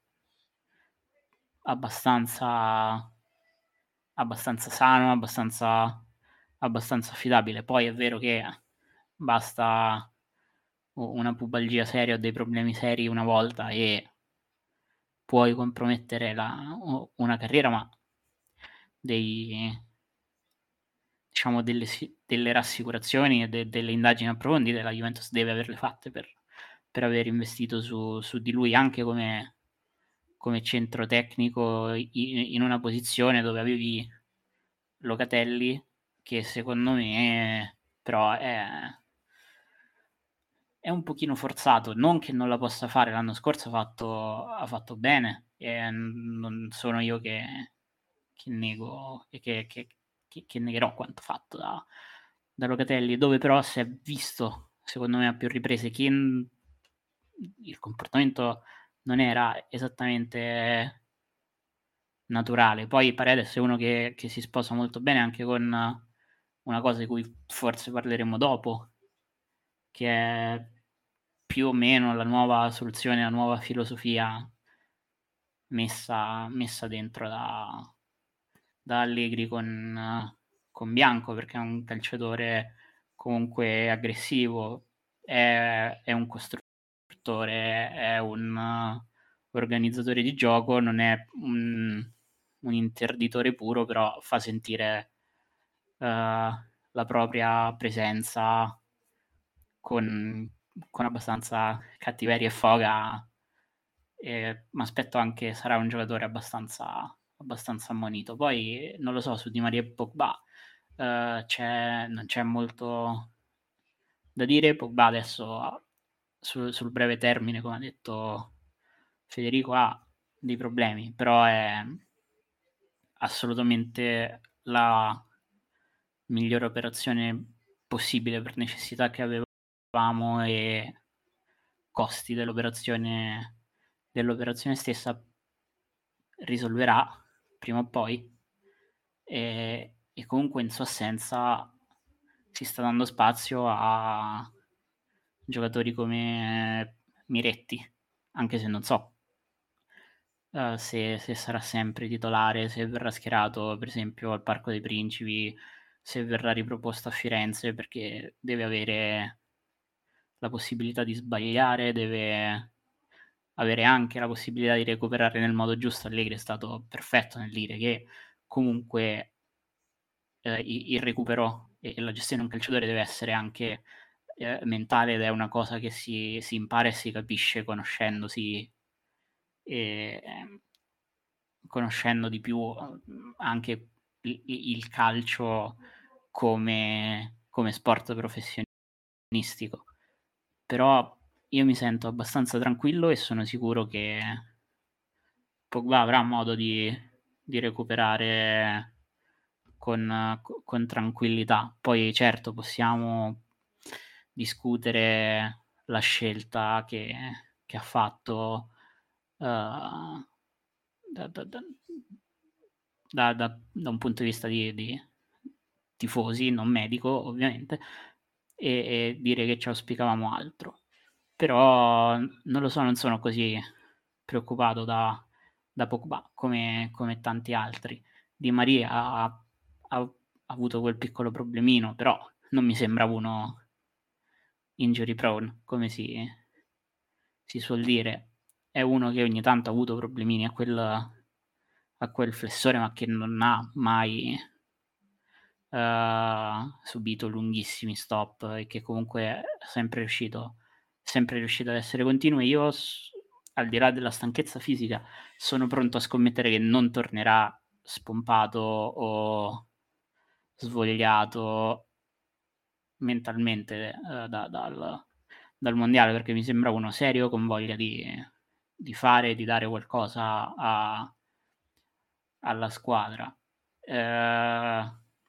Speaker 2: abbastanza abbastanza sano, abbastanza abbastanza affidabile. Poi è vero che basta una pubalgia seria o dei problemi seri una volta e puoi compromettere la, una carriera, ma dei, diciamo delle, delle rassicurazioni e de, delle indagini approfondite la Juventus deve averle fatte per, per aver investito su, su di lui, anche come, come centro tecnico in, in una posizione dove avevi Locatelli, che secondo me però è, è un pochino forzato. Non che non la possa fare, l'anno scorso ha fatto, ha fatto bene, e non sono io che, che nego e che, che, che, che negherò quanto fatto da, da Locatelli, dove però si è visto, secondo me a più riprese, che in, il comportamento non era esattamente naturale. Poi Paredes è uno che, che si sposa molto bene anche con una cosa di cui forse parleremo dopo, che è più o meno la nuova soluzione, la nuova filosofia messa, messa dentro da, da Allegri con, con Bianco, perché è un calciatore comunque aggressivo, è, è un costruttore, è un uh, organizzatore di gioco, non è un, un interditore puro, però fa sentire uh, la propria presenza con, con abbastanza cattiveria e foga. E mi aspetto anche sarà un giocatore abbastanza, abbastanza ammonito. Poi non lo so, su Di Maria e Pogba uh, c'è, non c'è molto da dire. Pogba adesso su, sul breve termine, come ha detto Federico, ha dei problemi, però è assolutamente la migliore operazione possibile per necessità che avevamo e costi dell'operazione dell'operazione stessa. Risolverà prima o poi, e, e comunque in sua assenza si sta dando spazio a giocatori come Miretti, anche se non so uh, se, se sarà sempre titolare, se verrà schierato per esempio al Parco dei Principi, se verrà riproposto a Firenze, perché deve avere la possibilità di sbagliare, deve avere anche la possibilità di recuperare nel modo giusto. Allegri è stato perfetto nel dire che comunque eh, il recupero e la gestione di un calciatore deve essere anche eh, mentale, ed è una cosa che si, si impara e si capisce conoscendosi e conoscendo di più anche il, il calcio come, come sport professionistico. Però io mi sento abbastanza tranquillo e sono sicuro che Pogba avrà modo di, di recuperare con, con tranquillità. Poi certo possiamo discutere la scelta che, che ha fatto uh, da, da, da, da, da, da un punto di vista di, di tifosi, non medico ovviamente, e, e dire che ci auspicavamo altro. Però non lo so, non sono così preoccupato da, da Pogba come, come tanti altri. Di Maria ha, ha, ha avuto quel piccolo problemino, però non mi sembra uno injury prone, come si, si suol dire. È uno che ogni tanto ha avuto problemini a quel, a quel flessore, ma che non ha mai uh, subito lunghissimi stop, e che comunque è sempre riuscito, sempre riuscito ad essere continuo. Io, al di là della stanchezza fisica, sono pronto a scommettere che non tornerà spompato o svogliato mentalmente eh, da- dal, dal mondiale, perché mi sembra uno serio con voglia di, di fare, di dare qualcosa a- alla squadra. Eh,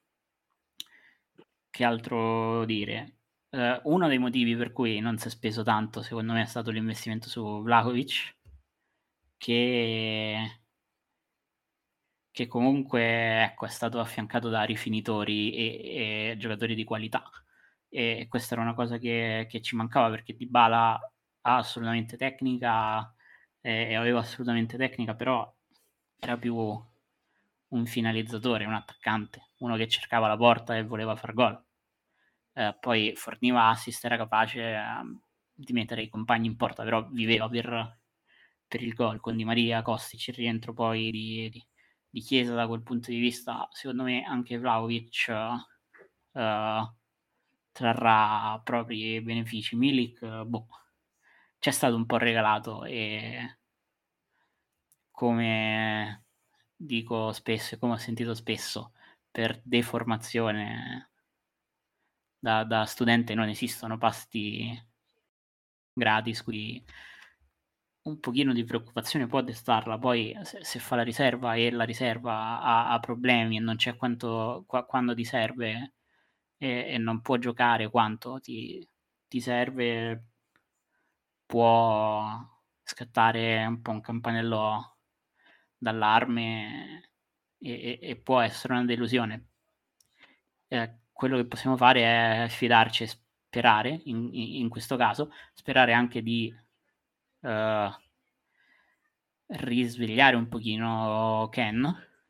Speaker 2: che altro dire? Eh, uno dei motivi per cui non si è speso tanto, secondo me, è stato l'investimento su Vlahovic, che, che comunque ecco, è stato affiancato da rifinitori e, e giocatori di qualità. E questa era una cosa che, che ci mancava, perché Dybala ha assolutamente tecnica eh, e aveva assolutamente tecnica, però era più un finalizzatore, un attaccante, uno che cercava la porta e voleva far gol. Eh, poi forniva assist, era capace eh, di mettere i compagni in porta, però viveva per, per il gol. Con Di Maria, Kostic, il rientro poi di, di, di Chiesa da quel punto di vista, secondo me anche Vlahovic eh, trarrà propri benefici. Milik, eh, boh, c'è stato un po' regalato e come dico spesso e come ho sentito spesso, per deformazione da, da studente non esistono pasti gratis, qui un pochino di preoccupazione può destarla. Poi se, se fa la riserva e la riserva ha, ha problemi e non c'è quanto, qua, quando ti serve e, e non può giocare quanto ti, ti serve, può scattare un po' un campanello d'allarme e, e, e può essere una delusione. Eh, quello che possiamo fare è fidarci e sperare, in, in questo caso, sperare anche di eh, risvegliare un pochino Ken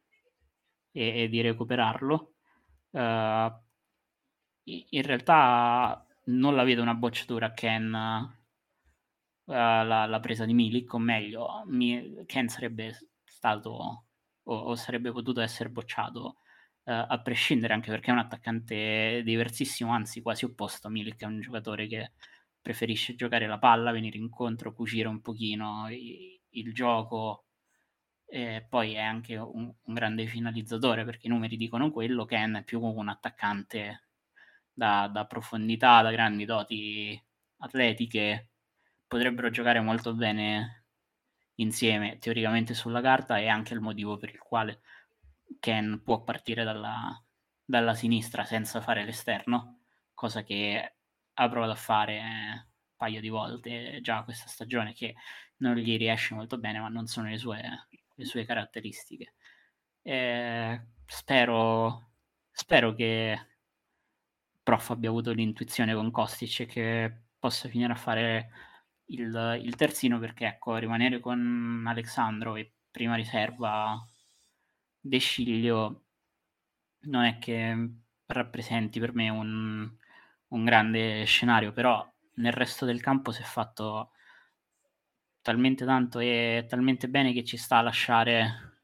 Speaker 2: e, e di recuperarlo. Uh, in realtà non la vedo una bocciatura a Ken uh, la, la presa di Milik, o meglio, mi, Ken sarebbe stato o, o sarebbe potuto essere bocciato Uh, a prescindere, anche perché è un attaccante diversissimo, anzi quasi opposto a Milik, è un giocatore che preferisce giocare la palla, venire incontro, cucire un pochino i, il gioco, e poi è anche un, un grande finalizzatore, perché i numeri dicono quello. Ken è più un attaccante da, da profondità, da grandi doti atletiche, potrebbero giocare molto bene insieme teoricamente sulla carta, e anche il motivo per il quale Ken può partire dalla, dalla sinistra senza fare l'esterno, cosa che ha provato a fare un paio di volte già questa stagione, che non gli riesce molto bene, ma non sono le sue, le sue caratteristiche. Eh, spero, spero che Prof abbia avuto l'intuizione con Kostic e che possa finire a fare il, il terzino, perché ecco, rimanere con Alexandro e prima riserva De Sciglio non è che rappresenti per me un, un grande scenario, però nel resto del campo si è fatto talmente tanto e talmente bene che ci sta a lasciare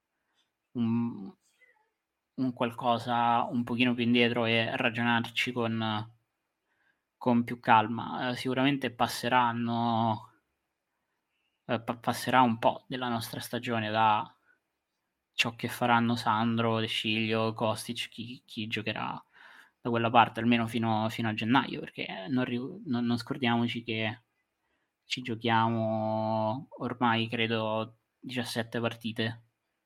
Speaker 2: un, un qualcosa un pochino più indietro e ragionarci con, con più calma. Eh, sicuramente passeranno eh, pa- passerà un po' della nostra stagione da ciò che faranno Sandro, De Sciglio, Kostic, chi, chi giocherà da quella parte, almeno fino, fino a gennaio, perché non, ri- non, non scordiamoci che ci giochiamo ormai, credo, diciassette partite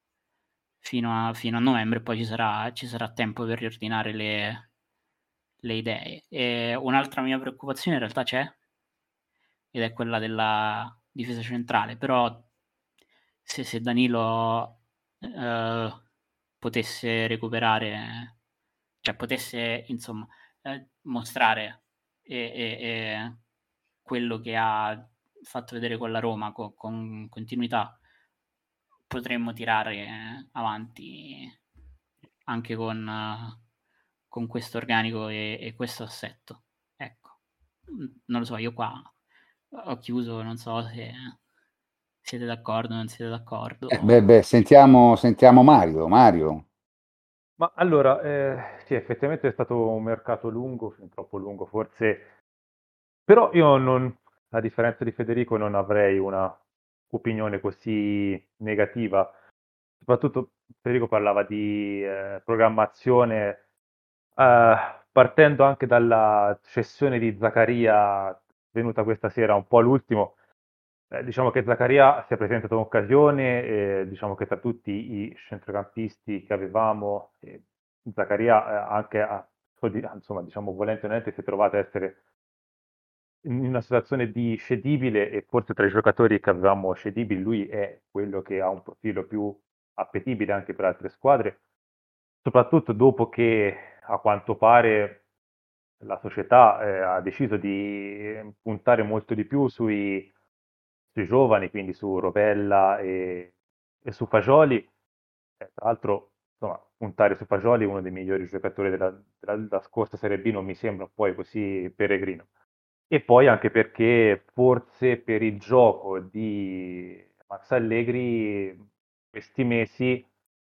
Speaker 2: fino a, fino a novembre, poi ci sarà, ci sarà tempo per riordinare le, le idee. E un'altra mia preoccupazione in realtà c'è, ed è quella della difesa centrale, però se, se Danilo eh, potesse recuperare, cioè potesse insomma eh, mostrare e, e, e quello che ha fatto vedere con la Roma co- con continuità, potremmo tirare avanti anche con, eh, con questo organico e, e questo assetto. Ecco, non lo so, io qua ho chiuso, non so se siete d'accordo o non siete d'accordo.
Speaker 1: Eh, beh, beh, sentiamo, sentiamo Mario. Mario.
Speaker 5: Ma allora, eh, sì, effettivamente è stato un mercato lungo, fin troppo lungo forse, però io non, a differenza di Federico, non avrei una opinione così negativa. soprattutto Federico parlava di eh, programmazione, eh, partendo anche dalla cessione di Zaccaria venuta questa sera un po' all'ultimo. Eh, diciamo che Zaccaria si è presentato un'occasione, eh, diciamo che tra tutti i centrocampisti che avevamo, eh, Zaccaria eh, anche a, insomma, diciamo volente o nolente si è trovato a essere in una situazione di cedibile e forse tra i giocatori che avevamo cedibili lui è quello che ha un profilo più appetibile anche per altre squadre, soprattutto dopo che a quanto pare la società eh, ha deciso di puntare molto di più sui, sui giovani, quindi su Rovella e, e su Fagioli. Eh, tra l'altro, insomma, puntare su Fagioli, uno dei migliori giocatori della, della, della scorsa Serie B, non mi sembra poi così peregrino. E poi anche perché forse per il gioco di Max Allegri questi mesi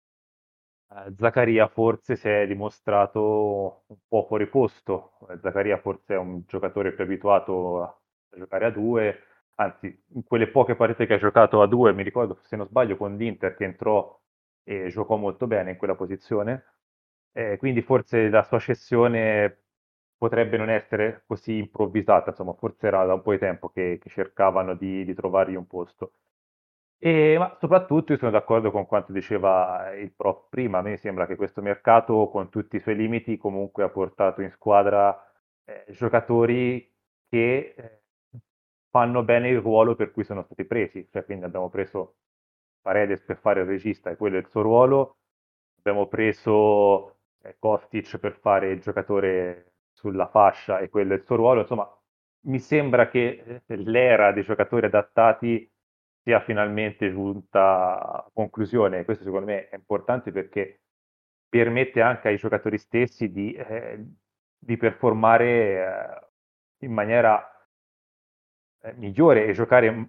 Speaker 5: eh, Zaccaria forse si è dimostrato un po' fuori posto. Eh, Zaccaria forse è un giocatore più abituato a a giocare a due, anzi, in quelle poche partite che ha giocato a due, mi ricordo, se non sbaglio, con l'Inter che entrò e giocò molto bene in quella posizione. Eh, quindi forse la sua cessione potrebbe non essere così improvvisata, insomma, forse era da un po' di tempo che, che cercavano di, di trovargli un posto. E, ma soprattutto io sono d'accordo con quanto diceva il prof prima, a me sembra che questo mercato, con tutti i suoi limiti, comunque ha portato in squadra eh, giocatori che eh, fanno bene il ruolo per cui sono stati presi, cioè quindi abbiamo preso Paredes per fare il regista e quello è il suo ruolo, abbiamo preso eh, Kostic per fare il giocatore sulla fascia e quello è il suo ruolo, insomma mi sembra che eh, l'era dei giocatori adattati sia finalmente giunta a conclusione. Questo secondo me è importante perché permette anche ai giocatori stessi di, eh, di performare eh, in maniera eh, migliore e giocare in,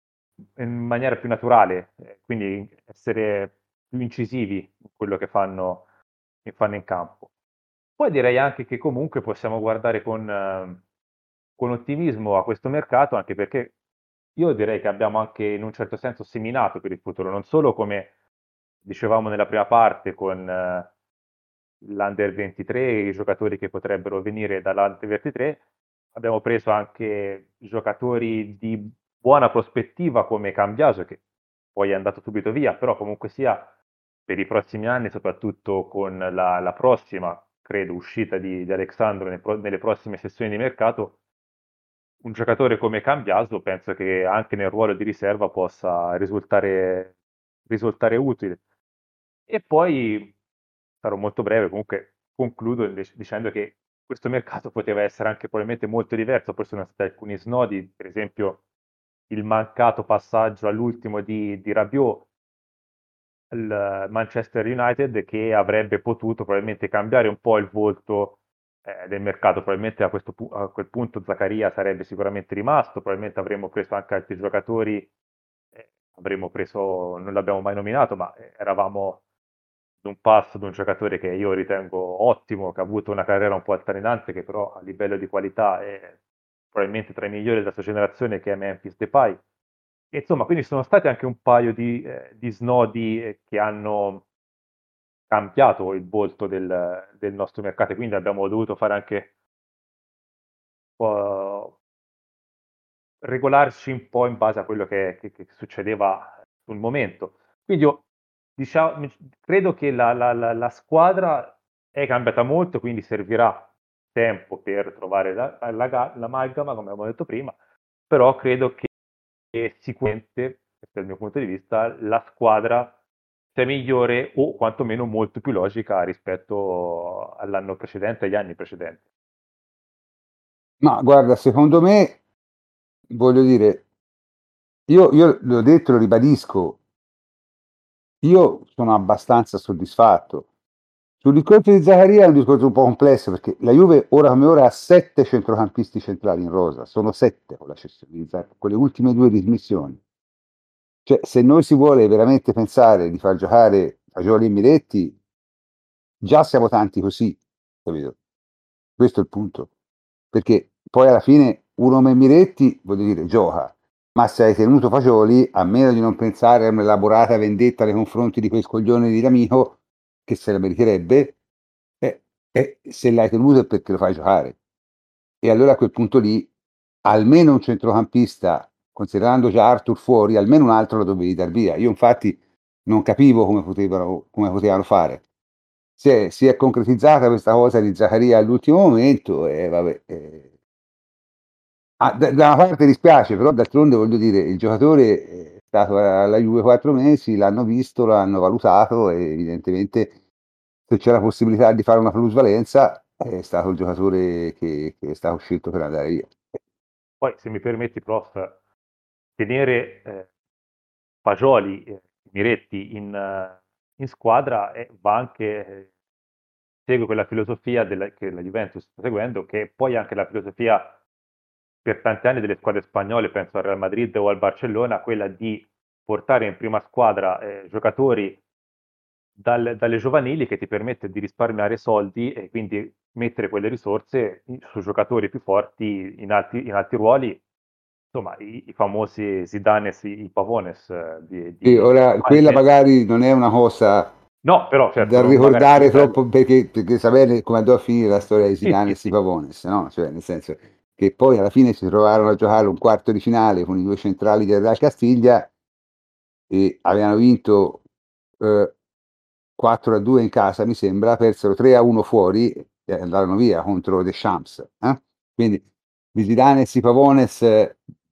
Speaker 5: in maniera più naturale, eh, quindi essere più incisivi in quello che fanno, che fanno in campo. Poi direi anche che comunque possiamo guardare con, eh, con ottimismo a questo mercato, anche perché io direi che abbiamo anche in un certo senso seminato per il futuro, non solo come dicevamo nella prima parte con eh, l'Under ventitré, i giocatori che potrebbero venire dall'Under ventitré, abbiamo preso anche giocatori di buona prospettiva come Cambiaso, che poi è andato subito via, però comunque sia per i prossimi anni, soprattutto con la, la prossima, credo, uscita di, di Alexandro nei pro- nelle prossime sessioni di mercato, un giocatore come Cambiaso penso che anche nel ruolo di riserva possa risultare, risultare utile. E poi sarò molto breve, comunque concludo invece dicendo che questo mercato poteva essere anche probabilmente molto diverso, poi sono stati alcuni snodi, per esempio il mancato passaggio all'ultimo di, di Rabiot al Manchester United che avrebbe potuto probabilmente cambiare un po' il volto eh, del mercato, probabilmente a, questo pu- a quel punto Zaccaria sarebbe sicuramente rimasto, probabilmente avremmo preso anche altri giocatori, eh, avremmo preso, non l'abbiamo mai nominato, ma eh, eravamo ad un passo di un giocatore che io ritengo ottimo, che ha avuto una carriera un po' altalenante, che però a livello di qualità è probabilmente tra i migliori della sua generazione, che è Memphis Depay. E insomma, quindi ci sono stati anche un paio di, eh, di snodi eh, che hanno cambiato il volto del, del nostro mercato, e quindi abbiamo dovuto fare anche un po' regolarci un po' in base a quello che, che- che succedeva sul momento. Quindi io diciamo, credo che la, la- la- la squadra è cambiata molto, quindi servirà tempo per trovare la, la, ga- l'amalgama, come abbiamo detto prima, però credo che sicuramente, questo è il mio punto di vista, la squadra sia migliore o quantomeno molto più logica rispetto all'anno precedente, agli anni precedenti.
Speaker 1: Ma guarda, secondo me, voglio dire, io, io l'ho detto, lo ribadisco, io sono abbastanza soddisfatto. Sul discorso di Zaccaria è un discorso un po' complesso perché la Juve ora come ora ha sette centrocampisti centrali in rosa, sono sette con la cessione di Zaccaria, con le ultime due dismissioni. Cioè, se noi si vuole veramente pensare di far giocare Fagioli e Miretti, già siamo tanti così, capito? Questo è il punto. Perché poi alla fine uno come Miretti, voglio dire, gioca, ma se hai tenuto Fagioli, a meno di non pensare a un'elaborata vendetta nei confronti di quel coglione di D'Amico, che se la meriterebbe, eh, eh, se l'hai tenuto è perché lo fai giocare. E allora a quel punto lì, almeno un centrocampista, considerando già Arthur fuori, almeno un altro lo dovevi dar via. Io infatti non capivo come potevano, come potevano fare. Si è, si è concretizzata questa cosa di Zaccaria all'ultimo momento e vabbè. eh. Ah, da, da una parte dispiace, però d'altronde voglio dire, il giocatore è stato alla Juve quattro mesi, l'hanno visto, l'hanno valutato e evidentemente se c'è la possibilità di fare una plusvalenza è stato il giocatore che, che è stato scelto per andare via.
Speaker 5: Poi, se mi permetti, prof, tenere eh, Fagioli, eh, Miretti in, eh, in squadra eh, va anche, eh, segue quella filosofia della- che la Juventus sta seguendo, che è poi anche la filosofia per tanti anni delle squadre spagnole, penso al Real Madrid o al Barcellona, quella di portare in prima squadra eh, giocatori dal- dalle giovanili, che ti permette di risparmiare soldi e quindi mettere quelle risorse in- su giocatori più forti in alti, in alti ruoli, insomma, i, i famosi Zidanes, i, i Pavones eh, di,
Speaker 1: Sì,
Speaker 5: di, di
Speaker 1: ora
Speaker 5: qualche
Speaker 1: quella
Speaker 5: tempo.
Speaker 1: magari non è una cosa
Speaker 5: No, però certo,
Speaker 1: da
Speaker 5: non magari a quel
Speaker 1: ricordare
Speaker 5: livello.
Speaker 1: troppo perché, perché sapere come andò a finire la storia di
Speaker 5: Sì,
Speaker 1: Zidane
Speaker 5: sì,
Speaker 1: e
Speaker 5: sì.
Speaker 1: Pavones, no? Cioè, nel senso che poi alla fine si trovarono a giocare un quarto di finale con i due centrali del Real Castiglia e avevano vinto eh, quattro a due in casa, mi sembra, persero tre a uno fuori e andarono via contro The Champs. Eh? Quindi di Zidane e Pavones eh,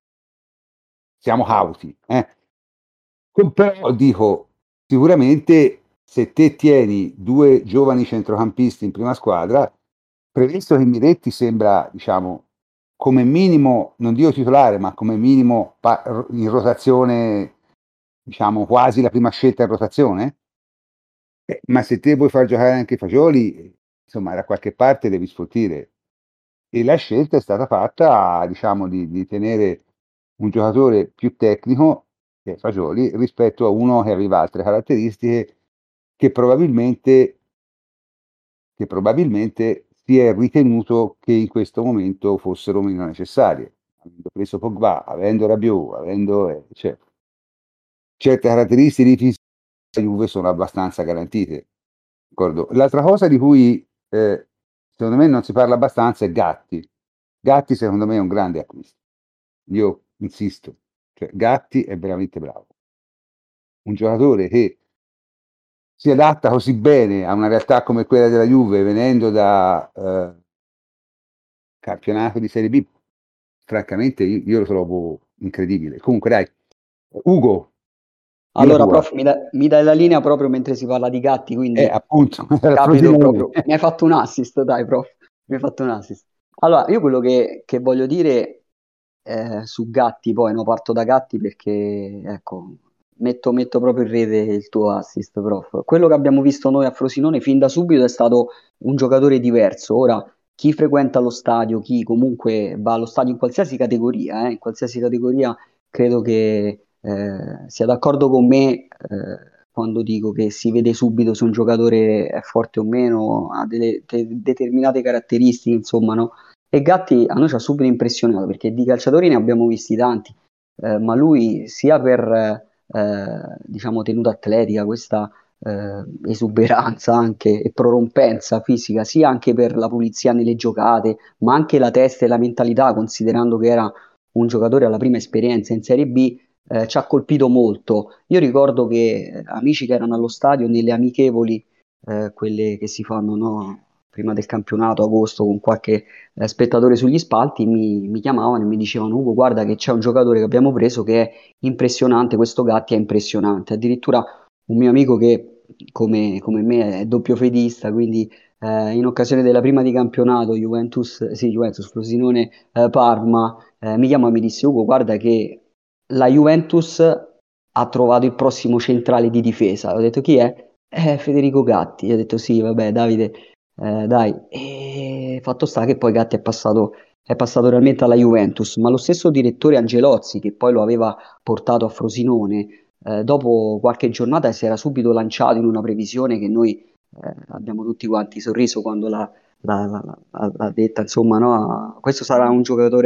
Speaker 1: siamo cauti. Eh? Com- Però dico, sicuramente se te tieni due giovani centrocampisti in prima squadra, previsto che Miretti sembra, diciamo, come minimo, non dico titolare, ma come minimo pa- in rotazione, diciamo, quasi la prima scelta in rotazione, eh, ma se te vuoi far giocare anche Fagioli, eh, insomma, da qualche parte devi sfoltire. E la scelta è stata fatta, diciamo, di, di tenere un giocatore più tecnico, che è Fagioli, rispetto a uno che aveva altre caratteristiche che probabilmente, che probabilmente si è ritenuto che in questo momento fossero meno necessarie. Avendo preso Pogba, avendo Rabiot, avendo eh, cioè, certe caratteristiche di fisica della Juve sono abbastanza garantite. D'accordo? L'altra cosa di cui eh, secondo me non si parla abbastanza è Gatti. Gatti secondo me è un grande acquisto. Io insisto, cioè Gatti è veramente bravo. Un giocatore che si adatta così bene a una realtà come quella della Juve, venendo da eh, campionato di Serie B, francamente io, io lo trovo incredibile. Comunque dai, Ugo, di la
Speaker 3: Allora,
Speaker 1: tua.
Speaker 3: prof, mi, da- mi dai la linea proprio mentre si parla di gatti,
Speaker 1: Eh,
Speaker 3: quindi
Speaker 1: appunto, era
Speaker 3: capito
Speaker 1: Frosinone.
Speaker 3: proprio. Mi hai fatto un assist, dai, prof. Mi hai fatto un assist. Allora, io quello che, che voglio dire eh, su Gatti, poi no, parto da Gatti perché, ecco, metto, metto proprio in rete il tuo assist, prof. Quello che abbiamo visto noi a Frosinone fin da subito è stato un giocatore diverso. Ora, chi frequenta lo stadio, chi comunque va allo stadio in qualsiasi categoria, eh, in qualsiasi categoria, credo che eh, sia d'accordo con me eh, quando dico che si vede subito se un giocatore è forte o meno, ha delle de- determinate caratteristiche, insomma, no? E Gatti a noi ci ha subito impressionato perché di calciatori ne abbiamo visti tanti, eh, ma lui sia per eh, diciamo tenuta atletica, questa eh, esuberanza anche e prorompenza fisica, sia anche per la pulizia nelle giocate, ma anche la testa e la mentalità, considerando che era un giocatore alla prima esperienza in Serie B, eh, ci ha colpito molto. Io ricordo che eh, amici che erano allo stadio nelle amichevoli, eh, quelle che si fanno no, prima del campionato, agosto, con qualche eh, spettatore sugli spalti, mi, mi chiamavano e mi dicevano: Ugo, guarda che c'è un giocatore che abbiamo preso che è impressionante, questo Gatti è impressionante. Addirittura un mio amico che come, come me è doppio fedista, quindi eh, in occasione della prima di campionato Juventus, sì, Juventus, Frosinone, eh, Parma, eh, mi chiamò e mi disse: Ugo, guarda che la Juventus ha trovato il prossimo centrale di difesa. Ho detto: chi è? Eh, Federico Gatti. Io ho detto: sì, vabbè, Davide, eh, dai. E fatto sta che poi Gatti è passato, è passato realmente alla Juventus, ma lo stesso direttore Angelozzi, che poi lo aveva portato a Frosinone, eh, dopo qualche giornata si era subito lanciato in una previsione che noi eh, abbiamo tutti quanti sorriso quando l'ha, l'ha- l'ha- l'ha detta, insomma, no? Questo sarà un giocatore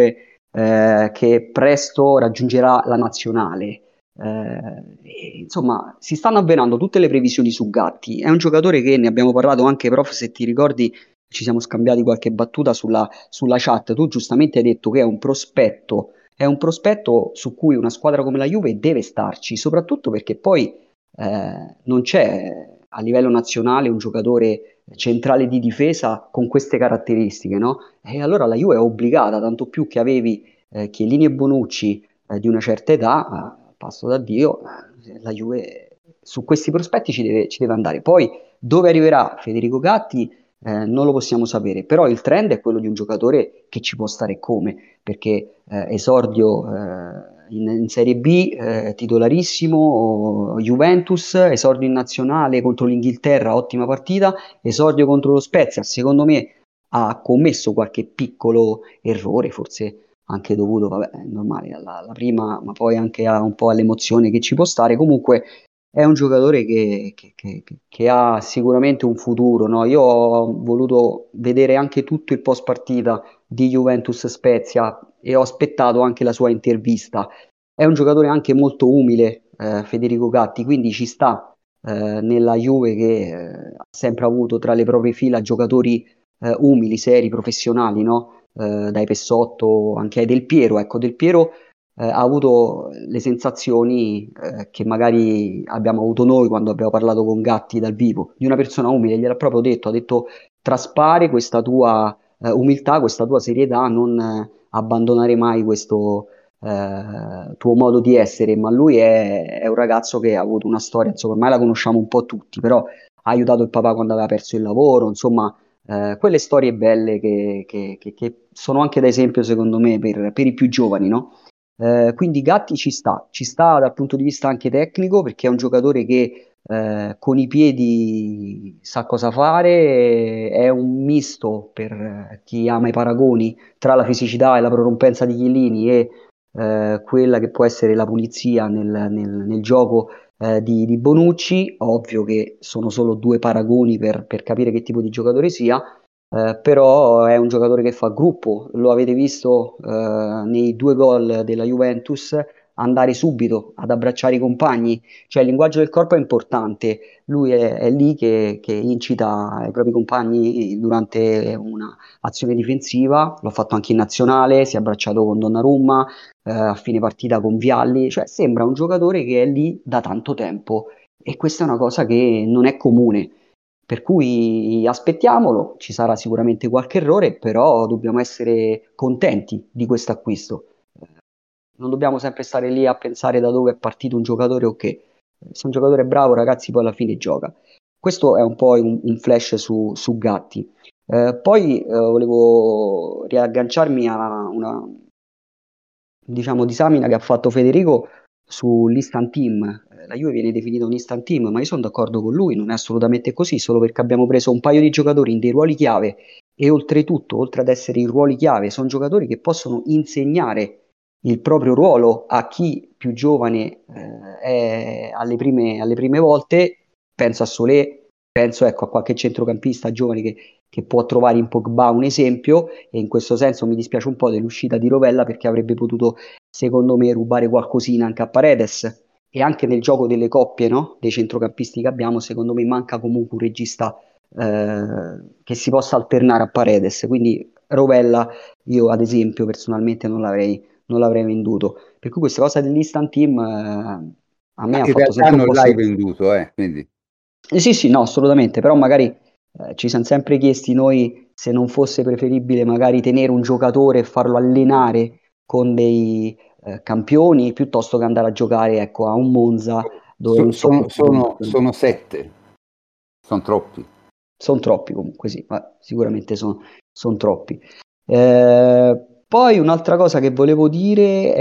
Speaker 3: eh, che presto raggiungerà la nazionale. Eh, e, insomma, si stanno avverando tutte le previsioni su Gatti. È un giocatore che ne abbiamo parlato anche, prof, se ti ricordi, ci siamo scambiati qualche battuta sulla, sulla chat. Tu giustamente hai detto che è un prospetto, è un prospetto su cui una squadra come la Juve deve starci, soprattutto perché poi eh, non c'è a livello nazionale un giocatore centrale di difesa con queste caratteristiche, no? E allora la Juve è obbligata, tanto più che avevi eh, Chiellini e Bonucci eh, di una certa età, eh, passo da Dio, eh, la Juve su questi prospetti ci deve, ci deve andare. Poi dove arriverà Federico Gatti eh, non lo possiamo sapere, però il trend è quello di un giocatore che ci può stare come, perché eh, esordio eh, in, in Serie B, eh, titolarissimo, Juventus, esordio in nazionale contro l'Inghilterra, ottima partita, esordio contro lo Spezia, secondo me ha commesso qualche piccolo errore, forse anche dovuto, vabbè, è normale, alla, alla prima, ma poi anche a, un po' all'emozione che ci può stare. Comunque è un giocatore che, che- che- che ha sicuramente un futuro, no? Io ho voluto vedere anche tutto il post partita di Juventus Spezia e ho aspettato anche la sua intervista. È un giocatore anche molto umile, eh, Federico Gatti, quindi ci sta eh, nella Juve che eh, ha sempre avuto tra le proprie fila giocatori eh, umili, seri, professionali, no? Eh, dai Pessotto anche ai Del Piero. Ecco, Del Piero eh, ha avuto le sensazioni eh, che magari abbiamo avuto noi quando abbiamo parlato con Gatti dal vivo, di una persona umile, gliel'ha proprio detto, ha detto traspare questa tua eh, umiltà, questa tua serietà, non eh, abbandonare mai questo eh, tuo modo di essere, ma lui è, è un ragazzo che ha avuto una storia, insomma, ormai la conosciamo un po' tutti, però ha aiutato il papà quando aveva perso il lavoro, insomma, eh, quelle storie belle che, che- che- che sono anche da esempio, secondo me, per, per i più giovani, no? Eh, quindi Gatti ci sta, ci sta dal punto di vista anche tecnico, perché è un giocatore che eh, con i piedi sa cosa fare, è un misto per eh, chi ama i paragoni tra la fisicità e la prorompenza di Chiellini e eh, quella che può essere la pulizia nel, nel- nel gioco eh, di, di Bonucci. Ovvio che sono solo due paragoni per, per capire che tipo di giocatore sia, eh, però è un giocatore che fa gruppo. Lo avete visto eh, nei due gol della Juventus andare subito ad abbracciare i compagni, cioè il linguaggio del corpo è importante. Lui è, è lì che, che incita i propri compagni durante una azione difensiva, l'ho fatto anche in nazionale, si è abbracciato con Donnarumma, eh, a fine partita con Vialli, cioè sembra un giocatore che è lì da tanto tempo e questa è una cosa che non è comune. Per cui aspettiamolo, ci sarà sicuramente qualche errore, però dobbiamo essere contenti di questo acquisto. Eh, Non dobbiamo sempre stare lì a pensare da dove è partito un giocatore o che. Se un giocatore è bravo, ragazzi, poi alla fine gioca. Questo è un po' un, un flash su, su Gatti. Eh, poi eh, volevo riagganciarmi a una, diciamo, disamina che ha fatto Federico sull'instant team. Eh, La Juve viene definita un instant team, ma io sono d'accordo con lui, non è assolutamente così, solo perché abbiamo preso un paio di giocatori in dei ruoli chiave e oltretutto, oltre ad essere in ruoli chiave, sono giocatori che possono insegnare il proprio ruolo a chi più giovane eh, è alle prime, alle prime volte. Penso a Solé, penso ecco, a qualche centrocampista giovane che, che può trovare in Pogba un esempio, e in questo senso mi dispiace un po' dell'uscita di Rovella perché avrebbe potuto, secondo me, rubare qualcosina anche a Paredes. E anche nel gioco delle coppie, no? Dei centrocampisti che abbiamo, secondo me manca comunque un regista eh, che si possa alternare a Paredes. Quindi Rovella io ad esempio personalmente non l'avrei, non l'avrei venduto. Per cui questa cosa dell'instant team eh, a
Speaker 1: Ma
Speaker 3: me ha
Speaker 1: in
Speaker 3: fatto
Speaker 1: realtà
Speaker 3: sempre un
Speaker 1: non
Speaker 3: po'
Speaker 1: l'hai
Speaker 3: strano.
Speaker 1: venduto, eh, quindi.
Speaker 3: Eh, sì, sì, no, assolutamente, però magari eh, ci siamo sempre chiesti noi se non fosse preferibile magari tenere un giocatore e farlo allenare con dei eh, campioni piuttosto che andare a giocare, ecco, a un Monza dove
Speaker 1: So-
Speaker 3: non so
Speaker 1: sono,
Speaker 3: quanti punti
Speaker 1: sono-
Speaker 3: prendono.
Speaker 1: sono sette, sono troppi.
Speaker 3: Sono troppi comunque, sì, ma sicuramente sono troppi. Eh, poi un'altra cosa che volevo dire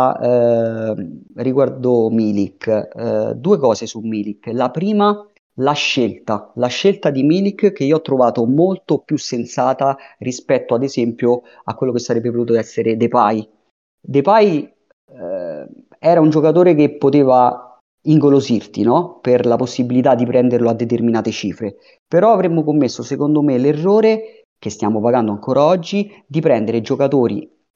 Speaker 3: era eh, riguardo Milik. Eh, due cose su Milik. La prima, la scelta, la scelta di Milik che io ho trovato molto più sensata rispetto ad esempio a quello che sarebbe potuto essere Depay. Depay eh, era un giocatore che poteva ingolosirti, no? Per la possibilità di prenderlo a determinate cifre. Però avremmo commesso, secondo me, l'errore che stiamo pagando ancora oggi di prendere giocatori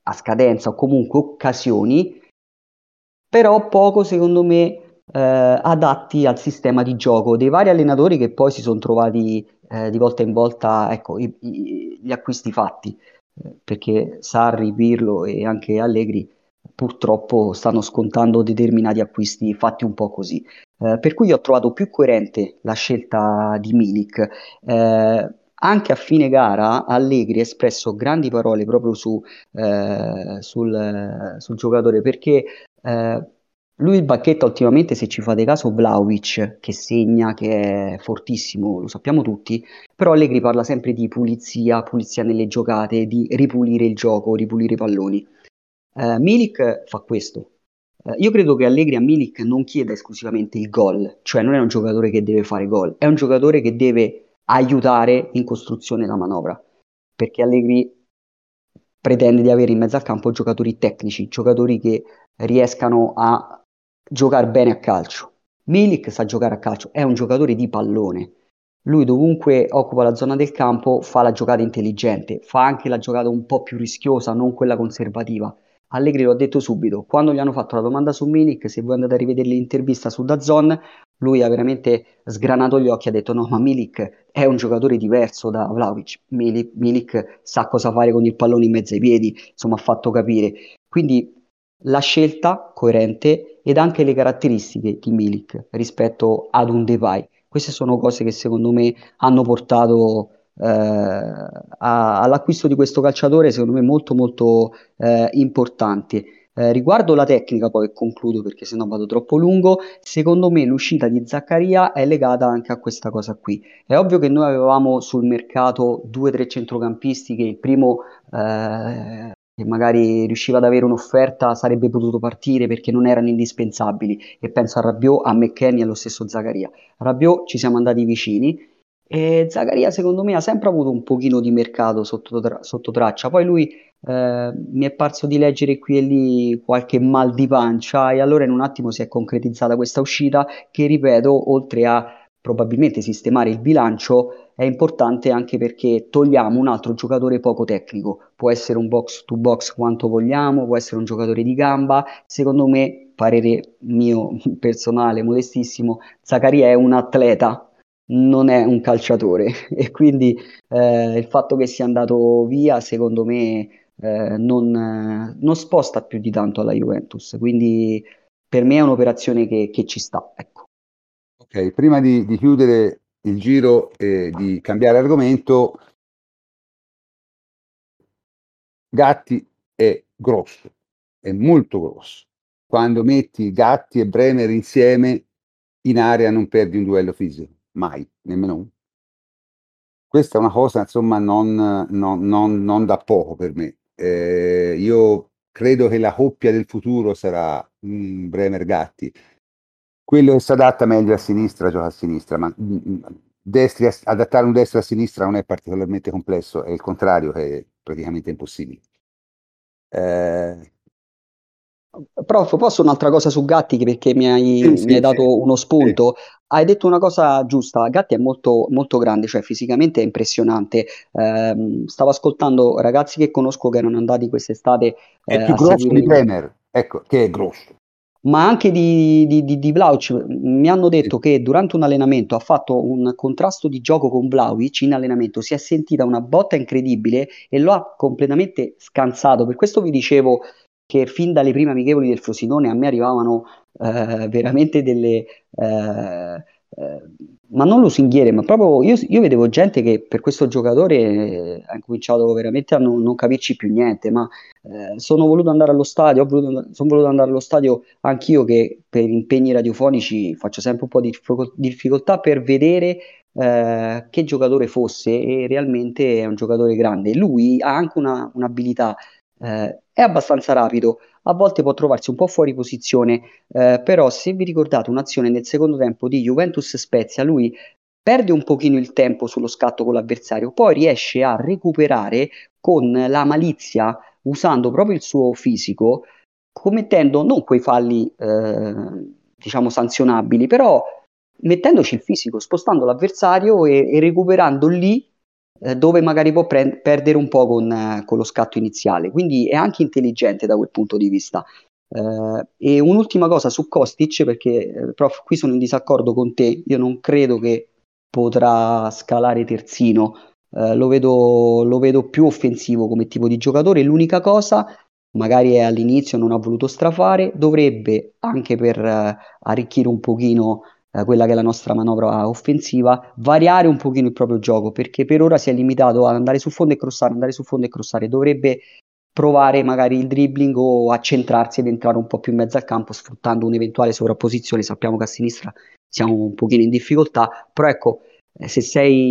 Speaker 3: a scadenza o comunque occasioni, però poco secondo me eh, adatti al sistema di gioco dei vari allenatori che poi si sono trovati eh, di volta in volta, ecco, i- i- gli acquisti fatti, eh, perché Sarri, Pirlo e anche Allegri purtroppo stanno scontando determinati acquisti fatti un po' così. Eh, per cui io ho trovato più coerente la scelta di Milik. Eh, anche a fine gara Allegri ha espresso grandi parole proprio su, eh, sul, sul giocatore perché eh, lui il Bacchetta ultimamente, se ci fate caso, Vlahovic che segna, che è fortissimo, lo sappiamo tutti, però Allegri parla sempre di pulizia, pulizia nelle giocate, di ripulire il gioco, ripulire i palloni. Eh, Milik fa questo. Eh, io credo che Allegri a Milik non chieda esclusivamente il gol, cioè non è un giocatore che deve fare gol, è un giocatore che deve aiutare in costruzione la manovra, perché Allegri pretende di avere in mezzo al campo giocatori tecnici, giocatori che riescano a giocare bene a calcio. Milik sa giocare a calcio, è un giocatore di pallone. Lui dovunque occupa la zona del campo fa la giocata intelligente, fa anche la giocata un po' più rischiosa, non quella conservativa. Allegri l'ho detto subito, quando gli hanno fatto la domanda su Milik, se voi andate a rivedere l'intervista su DAZN, lui ha veramente sgranato gli occhi, ha detto no, ma Milik è un giocatore diverso da Vlahovic. Milik, Milik sa cosa fare con il pallone in mezzo ai piedi, insomma ha fatto capire. Quindi la scelta coerente ed anche le caratteristiche di Milik rispetto ad un Depay. Queste sono cose che secondo me hanno portato eh, a- all'acquisto di questo calciatore, secondo me molto molto eh, importante. Eh, riguardo la tecnica, poi concludo perché sennò vado troppo lungo, secondo me l'uscita di Zaccaria è legata anche a questa cosa qui. È ovvio che noi avevamo sul mercato due o tre centrocampisti che il primo eh, che magari riusciva ad avere un'offerta sarebbe potuto partire perché non erano indispensabili e penso a Rabiot, a McKennie e allo stesso Zaccaria. Rabiot ci siamo andati vicini e Zaccaria secondo me ha sempre avuto un pochino di mercato sotto, tra- sotto traccia, poi lui eh, mi è parso di leggere qui e lì qualche mal di pancia e allora in un attimo si è concretizzata questa uscita che, ripeto, oltre a probabilmente sistemare il bilancio, è importante anche perché togliamo un altro giocatore poco tecnico. Può essere un box to box quanto vogliamo, può essere un giocatore di gamba. Secondo me, parere mio personale, modestissimo, Zaccaria è un atleta, non è un calciatore e quindi eh, il fatto che sia andato via, secondo me, eh, non, eh, non sposta più di tanto alla Juventus. Quindi per me è un'operazione che, che ci sta, ecco.
Speaker 1: Ok, prima di, di chiudere il giro e di cambiare argomento, Gatti è grosso, è molto grosso. Quando metti Gatti e Bremer insieme in area non perdi un duello fisico, mai, nemmeno uno. Questa è una cosa, insomma, non, non- non- non da poco per me. Eh, io credo che la coppia del futuro sarà mm, Bremer-Gatti. Quello che si adatta meglio a sinistra gioca a sinistra, ma mm, mm, destri a- adattare un destro a sinistra non è particolarmente complesso, è il contrario che è praticamente impossibile. Eh,
Speaker 3: Prof, posso un'altra cosa su Gatti che- perché mi
Speaker 1: sì,
Speaker 3: hai, mi hai
Speaker 1: sì, sì,
Speaker 3: dato uno
Speaker 1: sì.
Speaker 3: spunto? Hai detto una cosa giusta, Gatti è molto, molto grande, cioè fisicamente è impressionante. Ehm, stavo ascoltando ragazzi che conosco che erano andati quest'estate eh,
Speaker 1: È più
Speaker 3: a
Speaker 1: grosso di
Speaker 3: seguire,
Speaker 1: Bremer, ecco, che è grosso.
Speaker 3: ma anche di, di, di, di Vlahovic. Mi hanno
Speaker 1: Sì.
Speaker 3: detto che durante un allenamento ha fatto un contrasto di gioco con Vlahovic in allenamento, si è sentita una botta incredibile e lo ha completamente scansato. Per questo vi dicevo che fin dalle prime amichevoli del Frosinone a me arrivavano eh, veramente delle... eh, eh, ma non lusinghiere, ma proprio io, io vedevo gente che per questo giocatore eh, ha cominciato veramente a non, non capirci più niente, ma eh, sono voluto andare allo stadio, ho voluto- sono voluto andare allo stadio anch'io che per impegni radiofonici faccio sempre un po' di diffico- difficoltà per vedere eh, che giocatore fosse e realmente è un giocatore grande. Lui ha anche una- un'abilità, eh, è abbastanza rapido, a volte può trovarsi un po' fuori posizione, eh, però se vi ricordate un'azione nel secondo tempo di Juventus Spezia, lui perde un pochino il tempo sullo scatto con l'avversario, poi riesce a recuperare con la malizia, usando proprio il suo fisico, commettendo non quei falli, eh, diciamo, sanzionabili, però mettendoci il fisico, spostando l'avversario e, e recuperando lì eh, dove magari può pre- perdere un po' con, eh, con lo scatto iniziale, quindi è anche intelligente da quel punto di vista. Eh, e un'ultima cosa su Kostic, perché eh, prof, qui sono in disaccordo con te, io non credo che potrà scalare terzino, eh, lo vedo, lo vedo più offensivo come tipo di giocatore. L'unica cosa, magari è all'inizio non ha voluto strafare, dovrebbe anche per eh, arricchire un pochino eh, quella che è la nostra manovra offensiva, variare un pochino il proprio gioco, perché per ora si è limitato ad andare su fondo e crossare, andare su fondo e crossare, dovrebbe provare magari il dribbling o a centrarsi ed entrare un po' più in mezzo al campo sfruttando un'eventuale sovrapposizione. Sappiamo che a sinistra siamo un pochino in difficoltà, però ecco, eh, se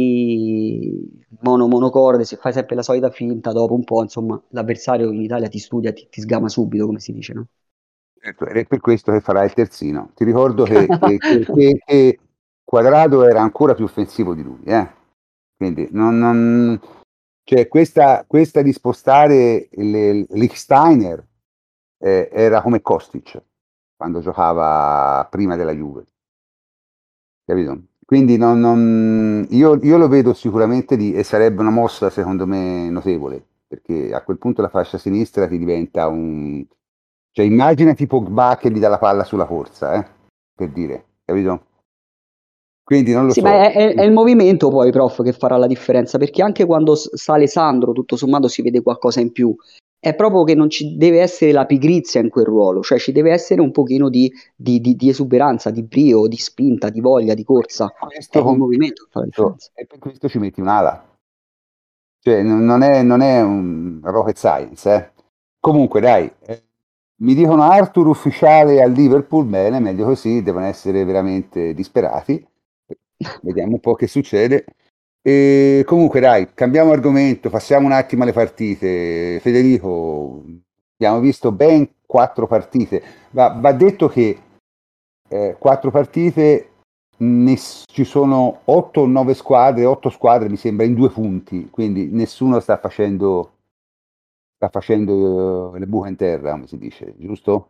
Speaker 3: sei mono monocorde, se fai sempre la solita finta, dopo un po', insomma, l'avversario in Italia ti studia, ti, ti sgama subito, come si dice, no?
Speaker 1: Certo, ed è per questo che farà il terzino. Ti ricordo che, che- che- che- che Quadrado era ancora più offensivo di lui, eh? Quindi non, non- cioè, questa, questa di spostare le- Lichtsteiner eh, era come Kostic quando giocava prima della Juve, capito? Quindi non- non- io, io lo vedo sicuramente di, e sarebbe una mossa secondo me notevole, perché a quel punto la fascia sinistra ti diventa un... Cioè immaginati Pogba che gli dà la palla sulla corsa, eh, per dire, capito? Quindi non lo
Speaker 3: Sì, ma
Speaker 1: so.
Speaker 3: è, è- è il movimento poi, prof, che farà la differenza, perché anche quando s- sale Sandro, tutto sommato si vede qualcosa in più. È proprio che non ci deve essere la pigrizia in quel ruolo, cioè ci deve essere un pochino di, di- di- di esuberanza, di brio, di spinta, di voglia, di corsa. È
Speaker 1: Questo,
Speaker 3: il
Speaker 1: con-
Speaker 3: movimento che fa la differenza.
Speaker 1: e per questo ci metti un'ala. Cioè, non non è, non è un rocket science, eh. Comunque, dai, eh, mi dicono Arthur ufficiale al Liverpool, bene, meglio così, devono essere veramente disperati. Vediamo un po' che succede. E comunque, dai, cambiamo argomento, passiamo un attimo alle partite. Federico, abbiamo visto ben quattro partite. Va, va detto che eh, quattro partite, ness- ci sono otto o nove squadre, otto squadre mi sembra in due punti, quindi nessuno sta facendo, sta facendo eh, le buche in terra, come si dice, giusto?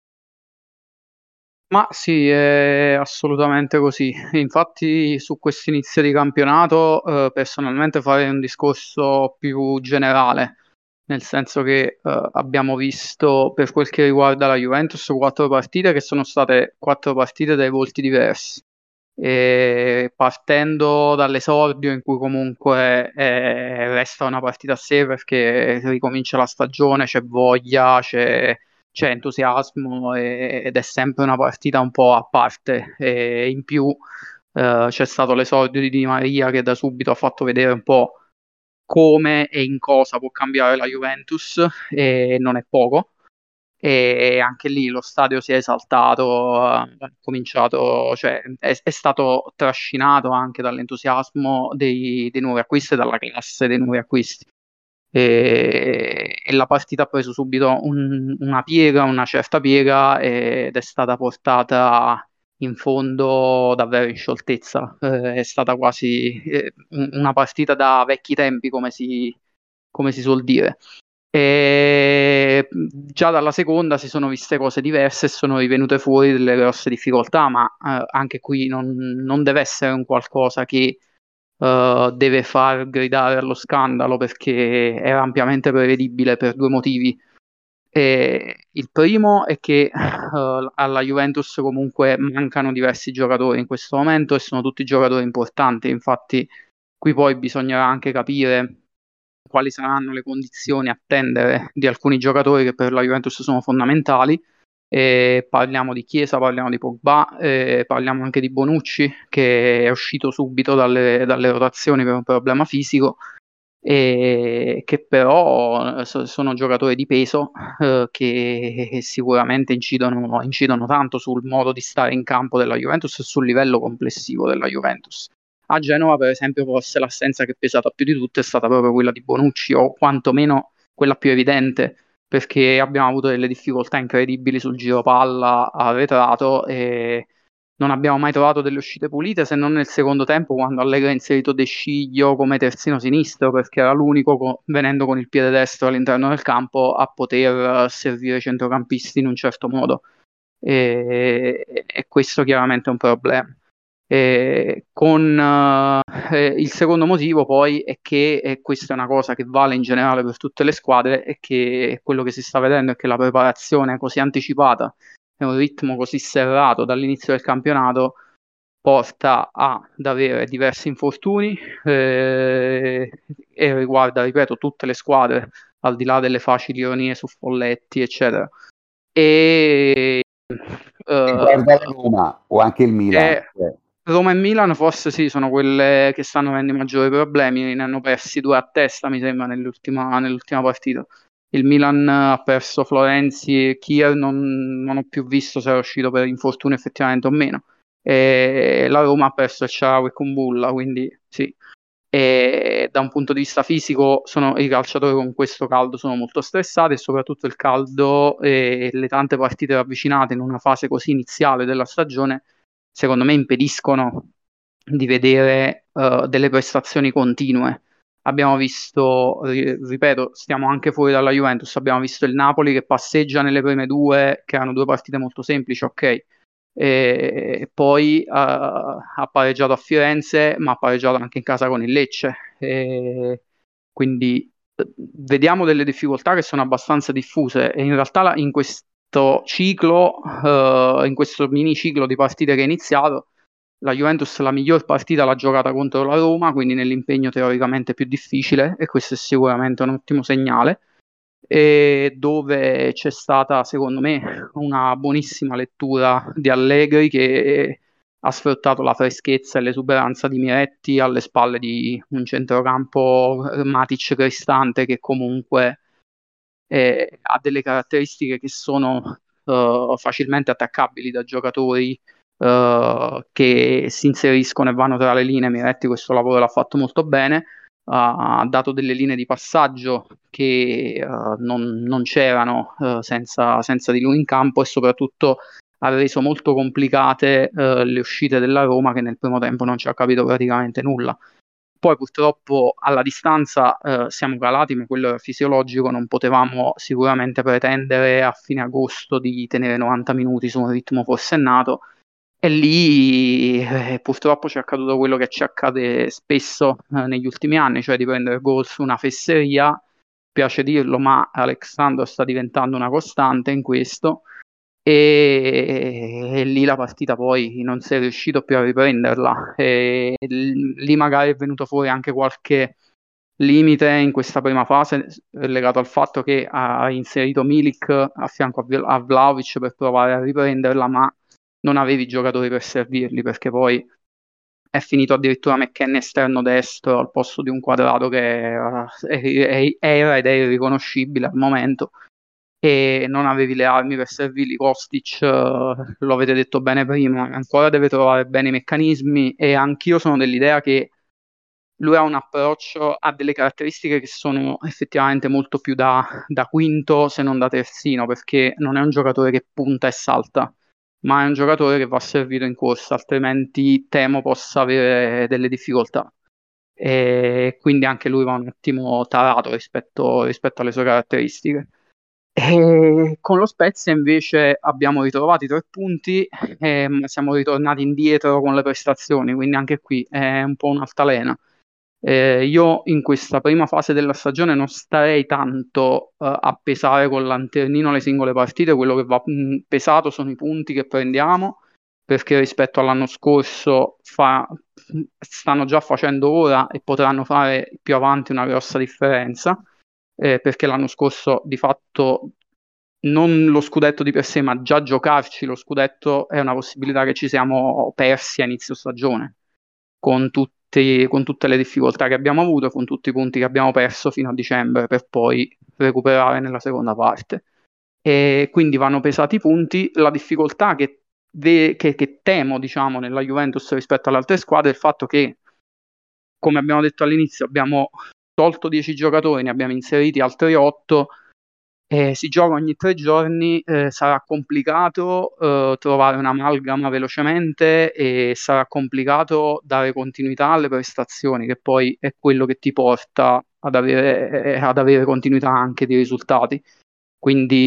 Speaker 4: Ma sì, è assolutamente così. Infatti, su questo inizio di campionato, eh, personalmente farei un discorso più generale, nel senso che eh, abbiamo visto per quel che riguarda la Juventus quattro partite che sono state quattro partite dai volti diversi. E partendo dall'esordio in cui comunque eh, resta una partita a sé perché ricomincia la stagione, c'è voglia, c'è c'è entusiasmo e- ed è sempre una partita un po' a parte. E in più eh, c'è stato l'esordio di Di Maria che da subito ha fatto vedere un po' come e in cosa può cambiare la Juventus e non è poco. E anche lì lo stadio si è esaltato, eh, ha cominciato, cioè è, è stato trascinato anche dall'entusiasmo dei, dei nuovi acquisti e dalla classe dei nuovi acquisti e, e la partita ha preso subito un- una piega, una certa piega ed è stata portata in fondo davvero in scioltezza. Eh, è stata quasi eh, un- una partita da vecchi tempi, come si, come si suol dire. E già dalla seconda si sono viste cose diverse e sono rivenute fuori delle grosse difficoltà, ma eh, anche qui non, non deve essere un qualcosa che eh, deve far gridare allo scandalo perché era ampiamente prevedibile per due motivi. E il primo è che eh, alla Juventus comunque mancano diversi giocatori in questo momento e sono tutti giocatori importanti, infatti qui poi bisognerà anche capire quali saranno le condizioni a attendere di alcuni giocatori che per la Juventus sono fondamentali. E parliamo di Chiesa, parliamo di Pogba, eh, parliamo anche di Bonucci che è uscito subito dalle, dalle rotazioni per un problema fisico e che però eh, so- sono giocatori di peso eh, che sicuramente incidono, incidono tanto sul modo di stare in campo della Juventus e sul livello complessivo della Juventus. A Genova, per esempio, forse l'assenza che è pesata più di tutte è stata proprio quella di Bonucci, o quantomeno quella più evidente, perché abbiamo avuto delle difficoltà incredibili sul giro palla arretrato e non abbiamo mai trovato delle uscite pulite se non nel secondo tempo quando Allegri ha inserito De Sciglio come terzino sinistro perché era l'unico co- venendo con il piede destro all'interno del campo a poter eh, servire i centrocampisti in un certo modo e, e questo chiaramente è un problema. E con eh, il secondo motivo poi è che, e questa è una cosa che vale in generale per tutte le squadre, è che quello che si sta vedendo è che la preparazione così anticipata e un ritmo così serrato dall'inizio del campionato porta ad avere diversi infortuni eh, e riguarda, ripeto, tutte le squadre, al di là delle facili ironie su Folletti, eccetera. E
Speaker 1: Riguarda la
Speaker 4: eh,
Speaker 1: Roma o anche il Milan.
Speaker 4: e
Speaker 1: cioè,
Speaker 4: Roma e Milan forse sì, sono quelle che stanno avendo i maggiori problemi, ne hanno persi due a testa, mi sembra, nell'ultima, nell'ultima partita. Il Milan ha perso Florenzi e Kier, non, non ho più visto se è uscito per infortunio effettivamente o meno. E la Roma ha perso il Shaarawy con Bulla, quindi sì. E da un punto di vista fisico sono, i calciatori con questo caldo sono molto stressati e soprattutto il caldo e le tante partite ravvicinate in una fase così iniziale della stagione secondo me impediscono di vedere uh, delle prestazioni continue. Abbiamo visto, ri- ripeto, stiamo anche fuori dalla Juventus, abbiamo visto il Napoli che passeggia nelle prime due, che erano due partite molto semplici, ok, e poi uh, ha pareggiato a Firenze, ma ha pareggiato anche in casa con il Lecce. E quindi eh, vediamo delle difficoltà che sono abbastanza diffuse e in realtà la- in questo ciclo, eh, in questo mini ciclo di partite che è iniziato, la Juventus la miglior partita l'ha giocata contro la Roma, quindi nell'impegno teoricamente più difficile, e questo è sicuramente un ottimo segnale, e dove c'è stata, secondo me, una buonissima lettura di Allegri che ha sfruttato la freschezza e l'esuberanza di Miretti alle spalle di un centrocampo Matic-Cristante che comunque eh, ha delle caratteristiche che sono eh, facilmente attaccabili da giocatori eh, che si inseriscono e vanno tra le linee. Miretti questo lavoro l'ha fatto molto bene, ha dato delle linee di passaggio che eh, non, non c'erano eh, senza, senza di lui in campo, e soprattutto ha reso molto complicate eh, le uscite della Roma, che nel primo tempo non ci ha capito praticamente nulla. Poi purtroppo alla distanza eh, siamo calati, ma quello era fisiologico, non potevamo sicuramente pretendere a fine agosto di tenere novanta minuti su un ritmo forsennato, e lì eh, purtroppo ci è accaduto quello che ci accade spesso eh, negli ultimi anni, cioè di prendere gol su una fesseria. Piace dirlo, ma Alexandro sta diventando una costante in questo, e, e lì la partita poi non si è riuscito più a riprenderla, e l- lì magari è venuto fuori anche qualche limite in questa prima fase legato al fatto che ha inserito Milik a fianco a, Vl- a Vlahovic per provare a riprenderla, ma non avevi giocatori per servirli, perché poi è finito addirittura McKennie esterno destro al posto di un Quadrato che era, era ed è irriconoscibile al momento, e non avevi le armi per servirli. Kostic, eh, lo avete detto bene prima, ancora deve trovare bene i meccanismi, e anch'io sono dell'idea che lui ha un approccio, ha delle caratteristiche che sono effettivamente molto più da, da quinto se non da terzino, perché non è un giocatore che punta e salta, ma è un giocatore che va servito in corsa, altrimenti temo possa avere delle difficoltà. E quindi anche lui va un attimo tarato rispetto, rispetto alle sue caratteristiche. E con lo Spezia invece abbiamo ritrovato i tre punti, e siamo ritornati indietro con le prestazioni, quindi anche qui è un po' un'altalena. Eh, io in questa prima fase della stagione non starei tanto eh, a pesare col lanternino le singole partite, quello che va mh, pesato sono i punti che prendiamo, perché rispetto all'anno scorso fa- stanno già facendo ora e potranno fare più avanti una grossa differenza, eh, perché l'anno scorso di fatto non lo scudetto di per sé, ma già giocarci lo scudetto è una possibilità che ci siamo persi a inizio stagione, con tutti, con tutte le difficoltà che abbiamo avuto, con tutti i punti che abbiamo perso fino a dicembre per poi recuperare nella seconda parte. E quindi vanno pesati i punti. La difficoltà che, ve- che- che temo, diciamo, nella Juventus rispetto alle altre squadre è il fatto che, come abbiamo detto all'inizio, abbiamo tolto dieci giocatori, ne abbiamo inseriti altri otto. Eh, si gioca ogni tre giorni, eh, sarà complicato eh, trovare un'amalgama velocemente, e sarà complicato dare continuità alle prestazioni, che poi è quello che ti porta ad avere, eh, ad avere continuità anche di risultati. Quindi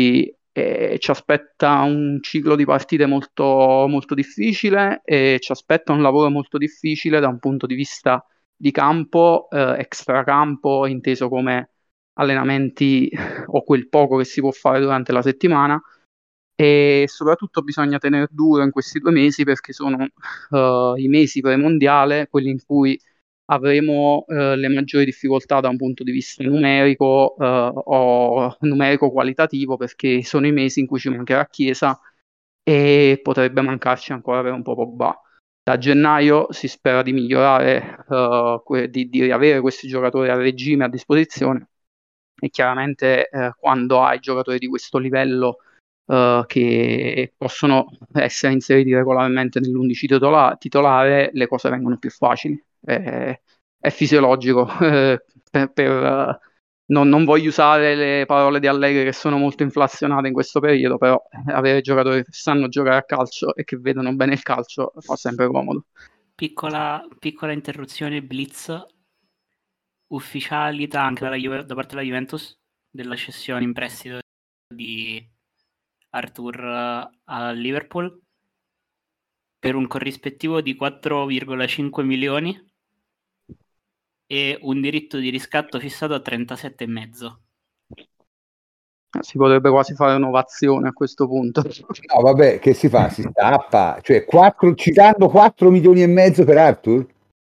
Speaker 4: e ci aspetta un ciclo di partite molto, molto difficile e ci aspetta un lavoro molto difficile da un punto di vista di campo, eh, extracampo, inteso come allenamenti o quel poco che si può fare durante la settimana, e soprattutto bisogna tenere duro in questi due mesi perché sono uh, i mesi pre-mondiale, quelli in cui avremo uh, le maggiori difficoltà da un punto di vista numerico uh, o numerico qualitativo, perché sono i mesi in cui ci mancherà Chiesa e potrebbe mancarci ancora per un po' Pogba. Da gennaio si spera di migliorare, uh, que- di, di riavere questi giocatori a regime a disposizione, e chiaramente uh, quando hai giocatori di questo livello Uh, che possono essere inseriti regolarmente nell'undici titola- titolare, le cose vengono più facili. È, è fisiologico. Eh, per, per, uh, non, non voglio usare le parole di Allegri che sono molto inflazionate in questo periodo, però avere giocatori che sanno giocare a calcio e che vedono bene il calcio fa sempre comodo.
Speaker 2: Piccola, piccola interruzione, blitz, ufficialità anche dalla Juve, da parte della Juventus della cessione in prestito di Arthur a Liverpool per un corrispettivo di quattro virgola cinque milioni e un diritto di riscatto fissato a trentasette e mezzo.
Speaker 4: Si potrebbe quasi fare un'ovazione a questo punto.
Speaker 1: No, vabbè, che si fa? Si stappa, cioè quattro, citando quattro milioni e mezzo per Arthur?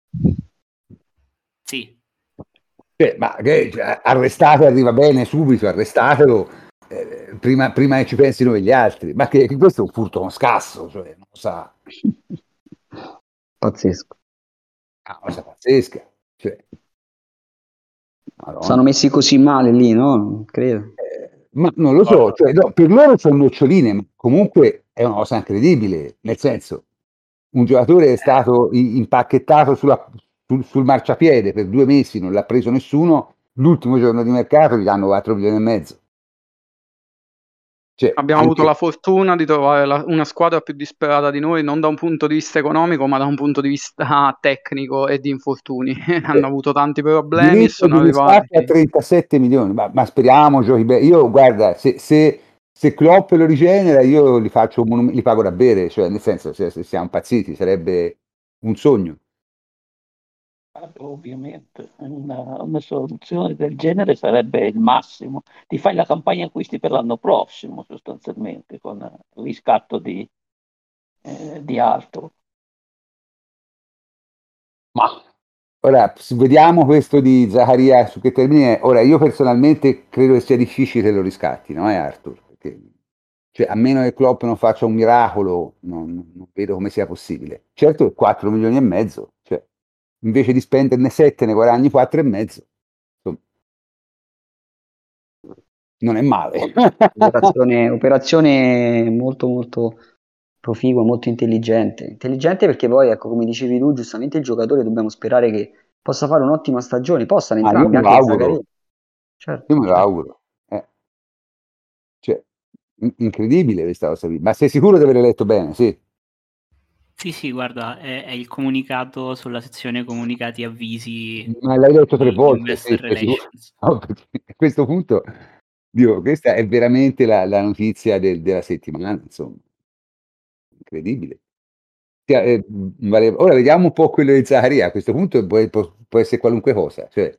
Speaker 2: Sì.
Speaker 1: Cioè, ma che, cioè, arrestate, arriva bene subito, arrestatelo, eh, prima, prima che ci pensino gli altri. Ma che, che questo è un furto con scasso, cioè, non lo sa.
Speaker 3: Pazzesco.
Speaker 1: Ah, una cosa pazzesca. Cioè, Madonna.
Speaker 3: Sono messi così male lì, no? Credo.
Speaker 1: Eh, ma non lo so, cioè, no, per loro sono noccioline, ma comunque è una cosa incredibile, nel senso, un giocatore è stato i- impacchettato sulla- sul, sul marciapiede per due mesi, non l'ha preso nessuno, l'ultimo giorno di mercato gli danno quattro milioni e mezzo. Cioè,
Speaker 4: Abbiamo
Speaker 1: anche-
Speaker 4: avuto la fortuna di trovare la- una squadra più disperata di noi, non da un punto di vista economico, ma da un punto di vista tecnico e di infortuni. Hanno avuto tanti problemi e
Speaker 1: diritto
Speaker 4: sono
Speaker 1: di riscatto a
Speaker 4: arrivati.
Speaker 1: trentasette milioni, ma, ma speriamo giochi bene. Io guarda, se, se, se Klopp lo rigenera, io li faccio un monum- li pago da bere, cioè nel senso, se, se siamo impazziti, sarebbe un sogno.
Speaker 7: Ovviamente una, una soluzione del genere sarebbe il massimo. Ti fai la campagna acquisti per l'anno prossimo, sostanzialmente, con il riscatto di, eh, di altro.
Speaker 1: Ma ora s- vediamo questo di Zaccaria su che termine è. Ora, io personalmente credo che sia difficile che lo riscatti, no, eh, Arthur? Perché, cioè, a meno che Klopp non faccia un miracolo, non, non vedo come sia possibile. Certo che quattro milioni e mezzo, cioè, invece di spenderne sette ne guadagni quattro e mezzo. Insomma, non è male.
Speaker 3: Operazione, operazione molto molto proficua, molto intelligente. Intelligente perché poi, ecco, come dicevi tu, giustamente il giocatore dobbiamo sperare che possa fare un'ottima stagione, possano
Speaker 1: Ma io
Speaker 3: entrambi,
Speaker 1: me lo
Speaker 3: anche
Speaker 1: auguro,
Speaker 3: Zaccaria. Certo,
Speaker 1: io me lo
Speaker 3: certo.
Speaker 1: auguro. Eh. Cioè, in- incredibile questa cosa qui. Ma sei sicuro di aver letto bene? Sì.
Speaker 2: Sì, sì, guarda, è, è il comunicato sulla sezione comunicati avvisi
Speaker 1: Ma l'hai letto tre
Speaker 2: di
Speaker 1: volte, sì,
Speaker 2: Investor
Speaker 1: sei sicuro?
Speaker 2: Relations.
Speaker 1: No, perché a questo punto, dico, questa è veramente la, la notizia del- della settimana, insomma, incredibile. Sì, eh, vale- ora vediamo un po' quello di Zaccaria, a questo punto può, può- può essere qualunque cosa, cioè,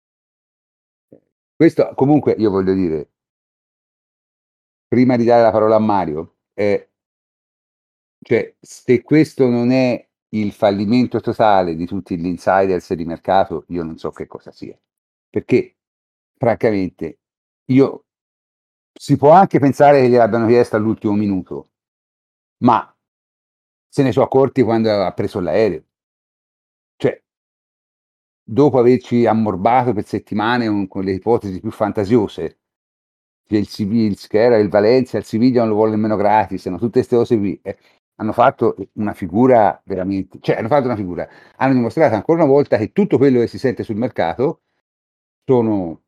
Speaker 1: questo comunque io voglio dire, prima di dare la parola a Mario, eh, cioè, se questo non è il fallimento totale di tutti gli insiders di mercato, io non so che cosa sia. Perché, francamente, io si può anche pensare che gliel'abbiano chiesto all'ultimo minuto, ma se ne sono accorti quando ha preso l'aereo. Cioè, dopo averci ammorbato per settimane con, con le ipotesi più fantasiose, che il Sevilla, che era il Valencia, il Siviglia non lo vuole nemmeno gratis, no? Tutte queste cose qui. eh, hanno fatto una figura veramente, cioè hanno fatto una figura, hanno dimostrato ancora una volta che tutto quello che si sente sul mercato sono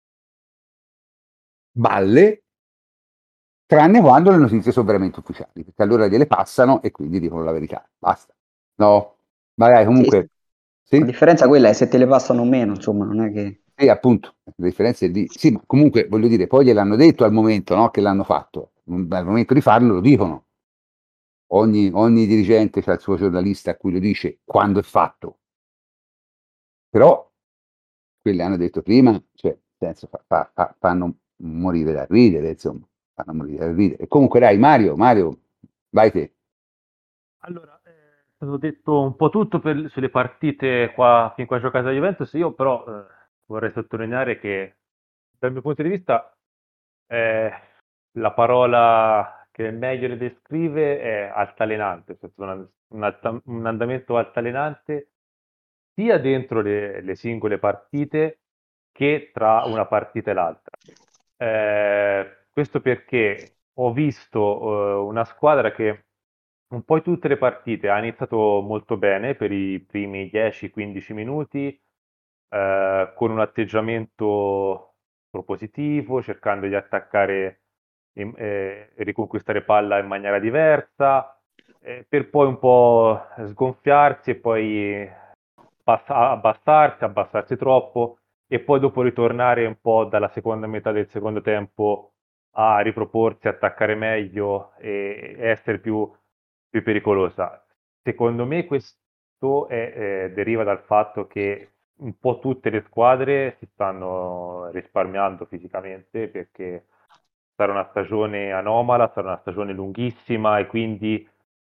Speaker 1: balle, tranne quando le notizie sono veramente ufficiali, perché allora gliele passano e quindi dicono la verità. Basta. No? Magari
Speaker 3: Sì, sì.
Speaker 1: comunque,
Speaker 3: La
Speaker 1: sì?
Speaker 3: differenza quella è se te le passano o meno, insomma, non è che...
Speaker 1: Sì, appunto, la differenza è lì. Sì, ma comunque voglio dire, poi gliel'hanno detto al momento, no, che l'hanno fatto. Al momento di farlo lo dicono. Ogni, ogni dirigente ha il suo giornalista a cui lo dice quando è fatto. Però quelli hanno detto prima, cioè, nel senso, fa- fa- fa- fanno morire da ridere, insomma, fanno morire da ridere. E comunque dai, Mario, Mario, vai te.
Speaker 5: Allora, eh, è stato detto un po' tutto per- sulle partite qua, fin qua giocate da Juventus, io però eh, vorrei sottolineare che dal mio punto di vista eh, la parola che meglio le descrive è altalenante, cioè un, un alta- un andamento altalenante sia dentro le, le singole partite che tra una partita e l'altra. Eh, questo perché ho visto eh, una squadra che un po' in tutte le partite ha iniziato molto bene per i primi dieci quindici minuti, eh, con un atteggiamento propositivo, cercando di attaccare in- eh, e riconquistare palla in maniera diversa, eh, per poi un po' sgonfiarsi e poi bassa- abbassarsi, abbassarsi troppo e poi dopo ritornare un po' dalla seconda metà del secondo tempo a riproporsi, attaccare meglio e e essere più, più pericolosa. Secondo me questo è, eh, deriva dal fatto che un po' tutte le squadre si stanno risparmiando fisicamente perché sarà una stagione anomala, sarà una stagione lunghissima e quindi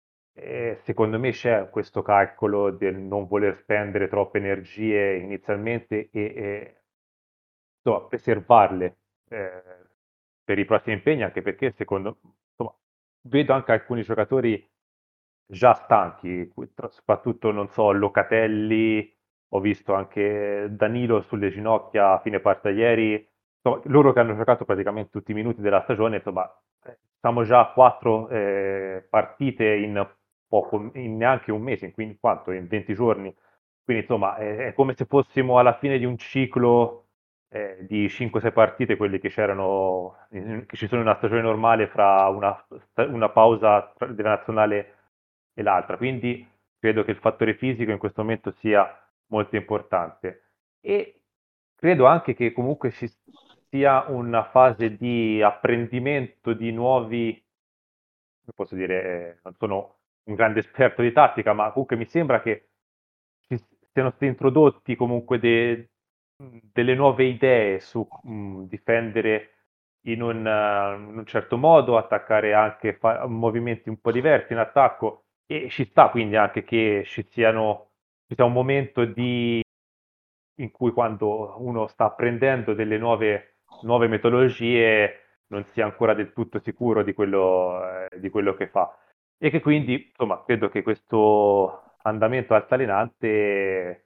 Speaker 5: eh, secondo me c'è questo calcolo del non voler spendere troppe energie inizialmente e, e, insomma, preservarle eh, per i prossimi impegni, anche perché secondo insomma, vedo anche alcuni giocatori già stanchi, soprattutto non so, Locatelli, ho visto anche Danilo sulle ginocchia a fine partita ieri, insomma, loro che hanno giocato praticamente tutti i minuti della stagione, insomma, eh, siamo già a quattro eh, partite in poco, in neanche un mese, in, quin- quanto? In venti giorni. Quindi insomma è, è come se fossimo alla fine di un ciclo eh, di cinque sei partite, quelli che c'erano, in- che ci sono in una stagione normale fra una, una pausa tra- della nazionale e l'altra. Quindi credo che il fattore fisico in questo momento sia molto importante. E credo anche che comunque ci sia una fase di apprendimento di nuovi, come posso dire, eh, non sono un grande esperto di tattica, ma comunque mi sembra che ci siano stati introdotti comunque de- delle nuove idee su mh, difendere in un, eh, in un certo modo, attaccare anche fa- movimenti un po' diversi in attacco e ci sta quindi anche che ci siano, ci sia un momento di, in cui quando uno sta apprendendo delle nuove, nuove metodologie non sia ancora del tutto sicuro di quello, eh, di quello che fa. E che quindi, insomma, credo che questo andamento altalenante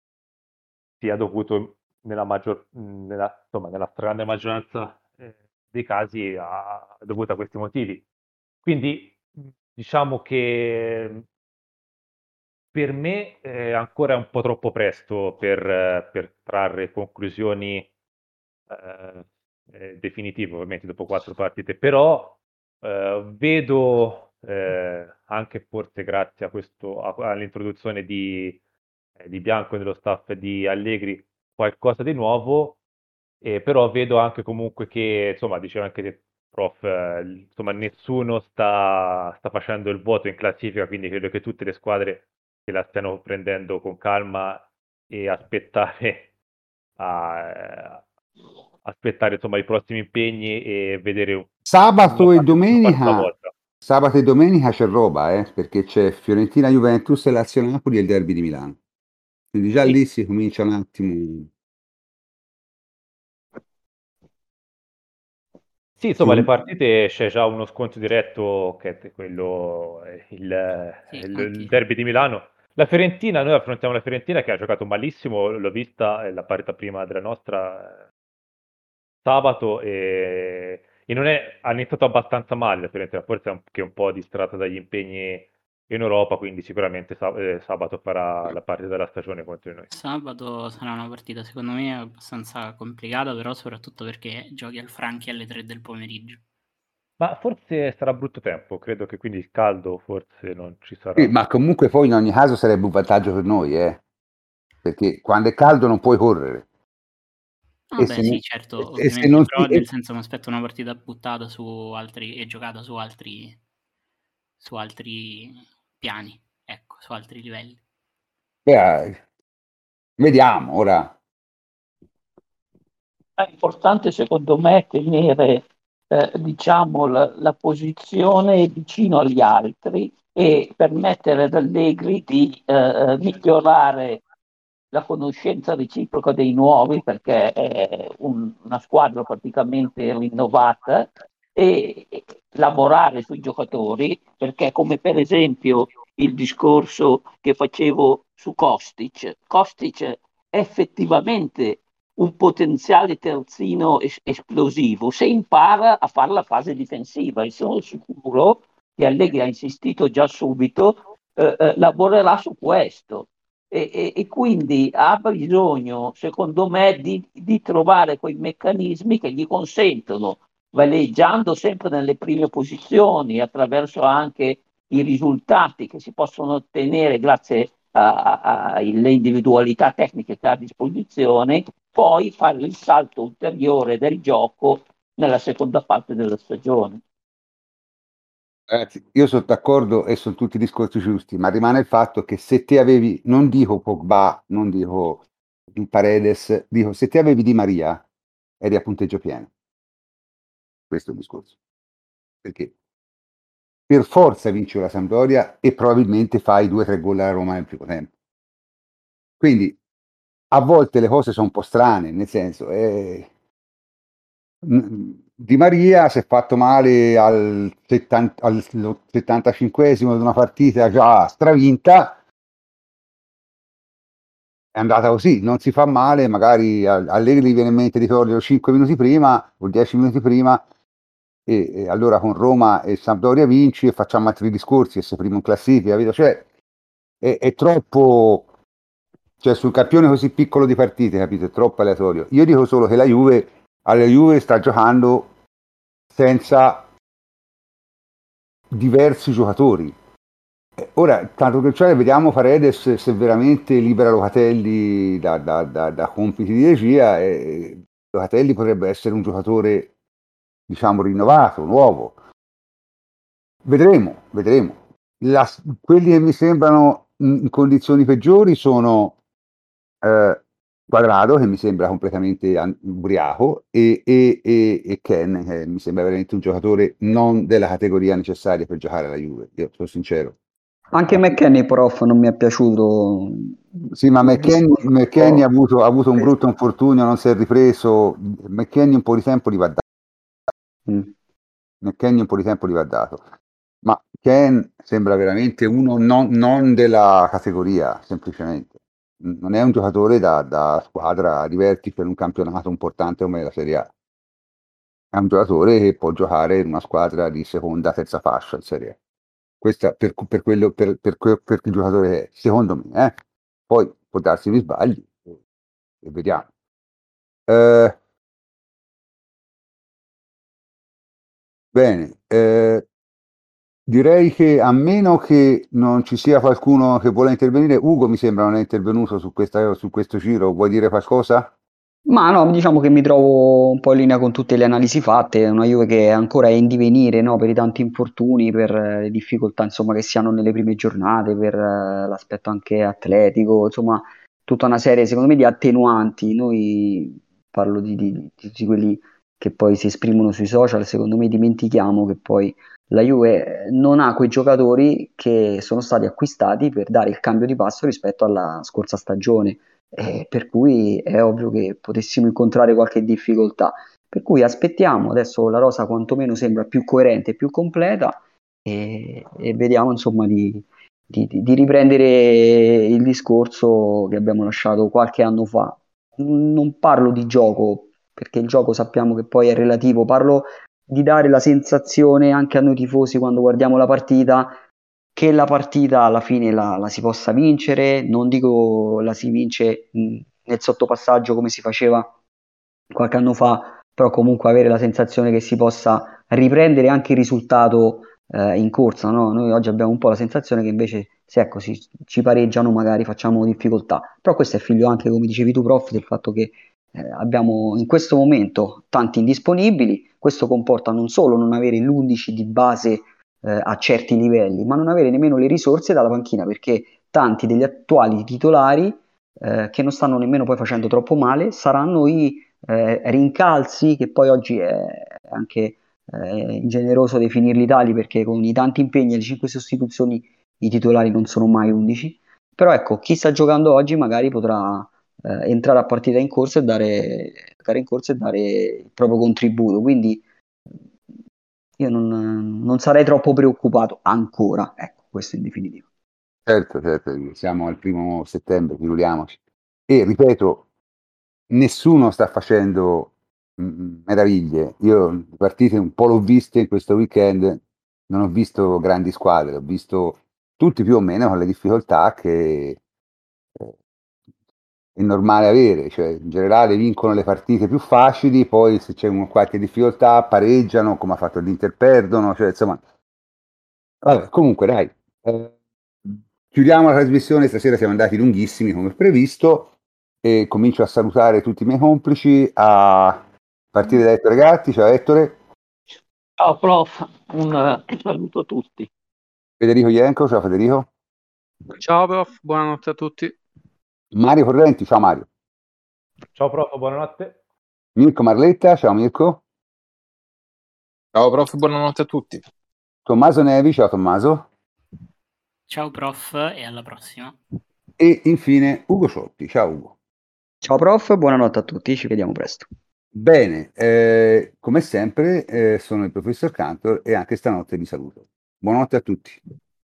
Speaker 5: sia dovuto nella maggior, nella, insomma, nella stragrande maggioranza eh, dei casi a, dovuto a questi motivi. Quindi diciamo che per me è ancora un po' troppo presto per, eh, per trarre conclusioni eh, eh, definitive, ovviamente dopo quattro partite, però eh, vedo eh, anche forse grazie a questo, a- all'introduzione di, eh, di Bianco nello staff di Allegri qualcosa di nuovo, eh, però vedo anche comunque che, insomma, diceva anche te, prof, eh, insomma, nessuno sta, sta facendo il voto in classifica, quindi credo che tutte le squadre se la stiano prendendo con calma e aspettare, a, aspettare insomma, i prossimi impegni e vedere una
Speaker 1: Sabato e
Speaker 5: fase una fase alla
Speaker 1: domenica,
Speaker 5: volta.
Speaker 1: sabato e domenica c'è roba, eh, perché c'è Fiorentina, Juventus, Lazio Napoli e il derby di Milano. Quindi già lì
Speaker 5: Sì,
Speaker 1: si comincia un attimo.
Speaker 5: sì,
Speaker 1: si
Speaker 5: insomma, le
Speaker 1: com-
Speaker 5: partite c'è già uno scontro diretto che è quello, eh, il,
Speaker 2: Sì,
Speaker 5: il- il
Speaker 2: anche
Speaker 5: derby di Milano. La Fiorentina, noi affrontiamo la Fiorentina che ha giocato malissimo, l'ho vista, è la partita prima della nostra eh, sabato e, e non è, ha iniziato abbastanza male la Fiorentina, forse è anche un po' distratta dagli impegni in Europa, quindi sicuramente sa- eh, sabato farà la partita della stagione contro di noi.
Speaker 2: sabato sarà una partita secondo me abbastanza complicata, però soprattutto perché giochi al Franchi alle tre del pomeriggio.
Speaker 5: Ma forse sarà brutto tempo, credo che quindi il caldo forse non ci
Speaker 1: Sì,
Speaker 5: sarà.
Speaker 1: ma comunque poi in ogni caso sarebbe un vantaggio per noi, eh, perché quando è caldo non puoi correre.
Speaker 2: Ah
Speaker 1: E
Speaker 2: beh
Speaker 1: se,
Speaker 2: sì,
Speaker 1: ne-
Speaker 2: certo,
Speaker 1: e se
Speaker 2: ovviamente,
Speaker 1: non
Speaker 2: però
Speaker 1: ti,
Speaker 2: nel
Speaker 1: e-
Speaker 2: senso mi aspetto una partita buttata su altri e giocata su altri, su altri piani, ecco, su altri livelli.
Speaker 1: beh, vediamo ora.
Speaker 7: È importante secondo me tenere eh, diciamo, la, la posizione vicino agli altri e permettere ad Allegri di eh, migliorare la conoscenza reciproca dei nuovi, perché è un- una squadra praticamente rinnovata, e, e lavorare sui giocatori, perché come per esempio il discorso che facevo su Kostic, Kostic è effettivamente un potenziale terzino es- esplosivo se impara a fare la fase difensiva, e sono sicuro che Allegri ha insistito già subito, eh, eh, lavorerà su questo. E, e- e quindi ha bisogno, secondo me, di, di trovare quei meccanismi che gli consentono, valeggiando sempre nelle prime posizioni, attraverso anche i risultati che si possono ottenere grazie alle individualità tecniche che ha a disposizione, poi fare il salto ulteriore del gioco nella seconda parte della stagione.
Speaker 1: Ragazzi, io sono d'accordo e sono tutti discorsi giusti, ma rimane il fatto che se te avevi, non dico Pogba, non dico il Paredes, dico se te avevi Di Maria, eri a punteggio pieno. Questo è il discorso. Perché per forza vinci la Sampdoria e probabilmente fai due o tre gol alla Roma nel primo tempo. Quindi a volte le cose sono un po' strane, nel senso, eh, mh, Di Maria si è fatto male al, settanta al settantacinquesimo di una partita già stravinta, è andata così, non si fa male, magari a- Allegri gli viene in mente di toglierlo cinque minuti prima o dieci minuti prima e, e allora con Roma e Sampdoria vinci e facciamo altri discorsi e sei primo in classifica, capito? Cioè è, è troppo, cioè sul campione così piccolo di partite, capito? È troppo aleatorio. Io dico solo che la Juve, alla Juve sta giocando senza diversi giocatori. Eh, Ora, tanto che cioè, vediamo Paredes se veramente libera Locatelli da, da- da- da compiti di regia e Locatelli potrebbe essere un giocatore, diciamo, rinnovato, nuovo. Vedremo, vedremo. La- quelli che mi sembrano in, in condizioni peggiori sono eh, Quadrado, che mi sembra completamente an- ubriaco, e, e, e, e Ken, che mi sembra veramente un giocatore non della categoria necessaria per giocare alla Juve, io sono sincero.
Speaker 3: Anche
Speaker 1: Ma-
Speaker 3: McKennie, prof, non mi è piaciuto.
Speaker 1: Sì, ma
Speaker 3: L'ho visto
Speaker 1: McKennie,
Speaker 3: un
Speaker 1: McKennie ha
Speaker 3: po'
Speaker 1: avuto, ha avuto un
Speaker 3: preso.
Speaker 1: brutto infortunio, non si è ripreso. McKennie un po' di tempo gli va dato.
Speaker 3: Mm.
Speaker 1: McKennie un po' di tempo gli va dato. Ma Ken sembra veramente uno non, non della categoria, semplicemente. Non è un giocatore da, da squadra di vertice in un campionato importante come la Serie A. È un giocatore che può giocare in una squadra di seconda, terza fascia in Serie A. Questa per, per quello, per, per, que- per il giocatore che è, secondo me, eh. Poi può darsi gli sbagli e, e vediamo. Eh, bene, eh, direi che a meno che non ci sia qualcuno che vuole intervenire, Ugo mi sembra non è intervenuto su questa, su questo giro, vuoi dire qualcosa?
Speaker 3: Ma no, diciamo che mi trovo un po' in linea con tutte le analisi fatte, è una Juve che ancora è in divenire, no, per i tanti infortuni, per eh, le difficoltà insomma, che si hanno nelle prime giornate, per eh, l'aspetto anche atletico, insomma, tutta una serie secondo me di attenuanti. Noi parlo di, di- di tutti quelli che poi si esprimono sui social, secondo me dimentichiamo che poi la Juve eh, non ha quei giocatori che sono stati acquistati per dare il cambio di passo rispetto alla scorsa stagione, eh, per cui è ovvio che potessimo incontrare qualche difficoltà. Per cui aspettiamo, adesso la rosa quantomeno sembra più coerente e più completa e, e vediamo insomma di, di- di- di riprendere il discorso che abbiamo lasciato qualche anno fa. Non parlo di gioco, perché il gioco sappiamo che poi è relativo, parlo di dare la sensazione anche a noi tifosi quando guardiamo la partita che la partita alla fine la, la si possa vincere, non dico la si vince mh, nel sottopassaggio come si faceva qualche anno fa, però comunque avere la sensazione che si possa riprendere anche il risultato eh, in corsa, no? Noi oggi abbiamo un po' la sensazione che invece se ecco, si, ci pareggiano magari facciamo difficoltà, però questo è figlio anche, come dicevi tu, prof, del fatto che eh, abbiamo in questo momento tanti indisponibili, questo comporta non solo non avere l'undici di base eh, a certi livelli, ma non avere nemmeno le risorse dalla panchina, perché tanti degli attuali titolari eh, che non stanno nemmeno poi facendo troppo male saranno i eh, rincalzi, che poi oggi è anche eh, ingeneroso definirli tali, perché con i tanti impegni e le cinque sostituzioni i titolari non sono mai undici, però ecco, chi sta giocando oggi magari potrà eh, entrare a partita in corsa e dare, in corsa e dare il proprio contributo, quindi io non, non sarei troppo preoccupato ancora, ecco, questo in definitiva.
Speaker 1: Certo, certo, siamo al primo settembre, figuriamoci. E ripeto, nessuno sta facendo mh, meraviglie. Io le partite un po' l'ho viste in questo weekend, non ho visto grandi squadre, ho visto tutti più o meno con le difficoltà che eh, è normale avere, cioè in generale vincono le partite più facili, poi se c'è un, qualche difficoltà pareggiano, come ha fatto l'Inter, perdono, cioè insomma. Vabbè, comunque dai, eh, chiudiamo la trasmissione, stasera siamo andati lunghissimi come previsto e comincio a salutare tutti i miei complici, a partire da Ettore Gatti. Ciao Ettore.
Speaker 7: Ciao prof, un uh, saluto a tutti.
Speaker 1: Federico Ienco. Ciao Federico.
Speaker 4: Ciao prof, buonanotte a tutti.
Speaker 1: Mario Correnti. Ciao Mario.
Speaker 5: Ciao prof, buonanotte.
Speaker 1: Mirko Marletta. Ciao Mirko.
Speaker 6: Ciao prof, buonanotte a tutti.
Speaker 1: Tommaso Nevi. Ciao Tommaso.
Speaker 2: Ciao prof e alla prossima.
Speaker 1: E infine Ugo Ciotti. Ciao Ugo.
Speaker 3: Ciao prof, buonanotte a tutti, ci vediamo presto.
Speaker 1: Bene, eh, come sempre eh, sono il professor Cantor e anche stanotte vi saluto. Buonanotte a tutti.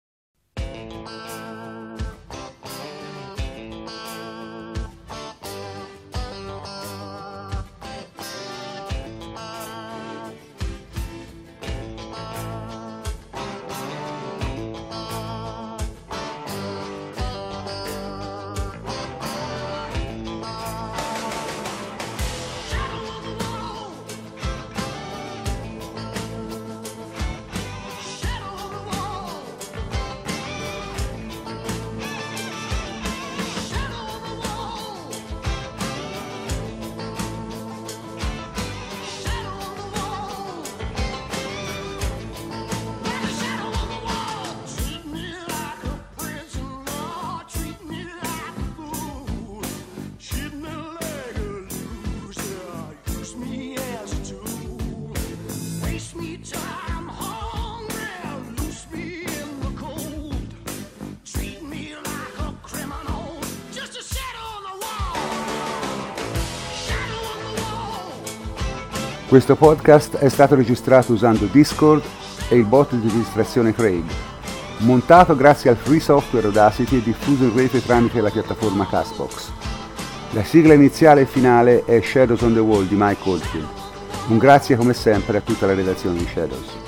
Speaker 1: Questo podcast è stato registrato usando Discord e il bot di registrazione Craig, montato grazie al free software Audacity e diffuso in rete tramite la piattaforma Castbox. La sigla iniziale e finale è Shadows on the Wall di Mike Oldfield. Un grazie come sempre a tutta la redazione di Shadows.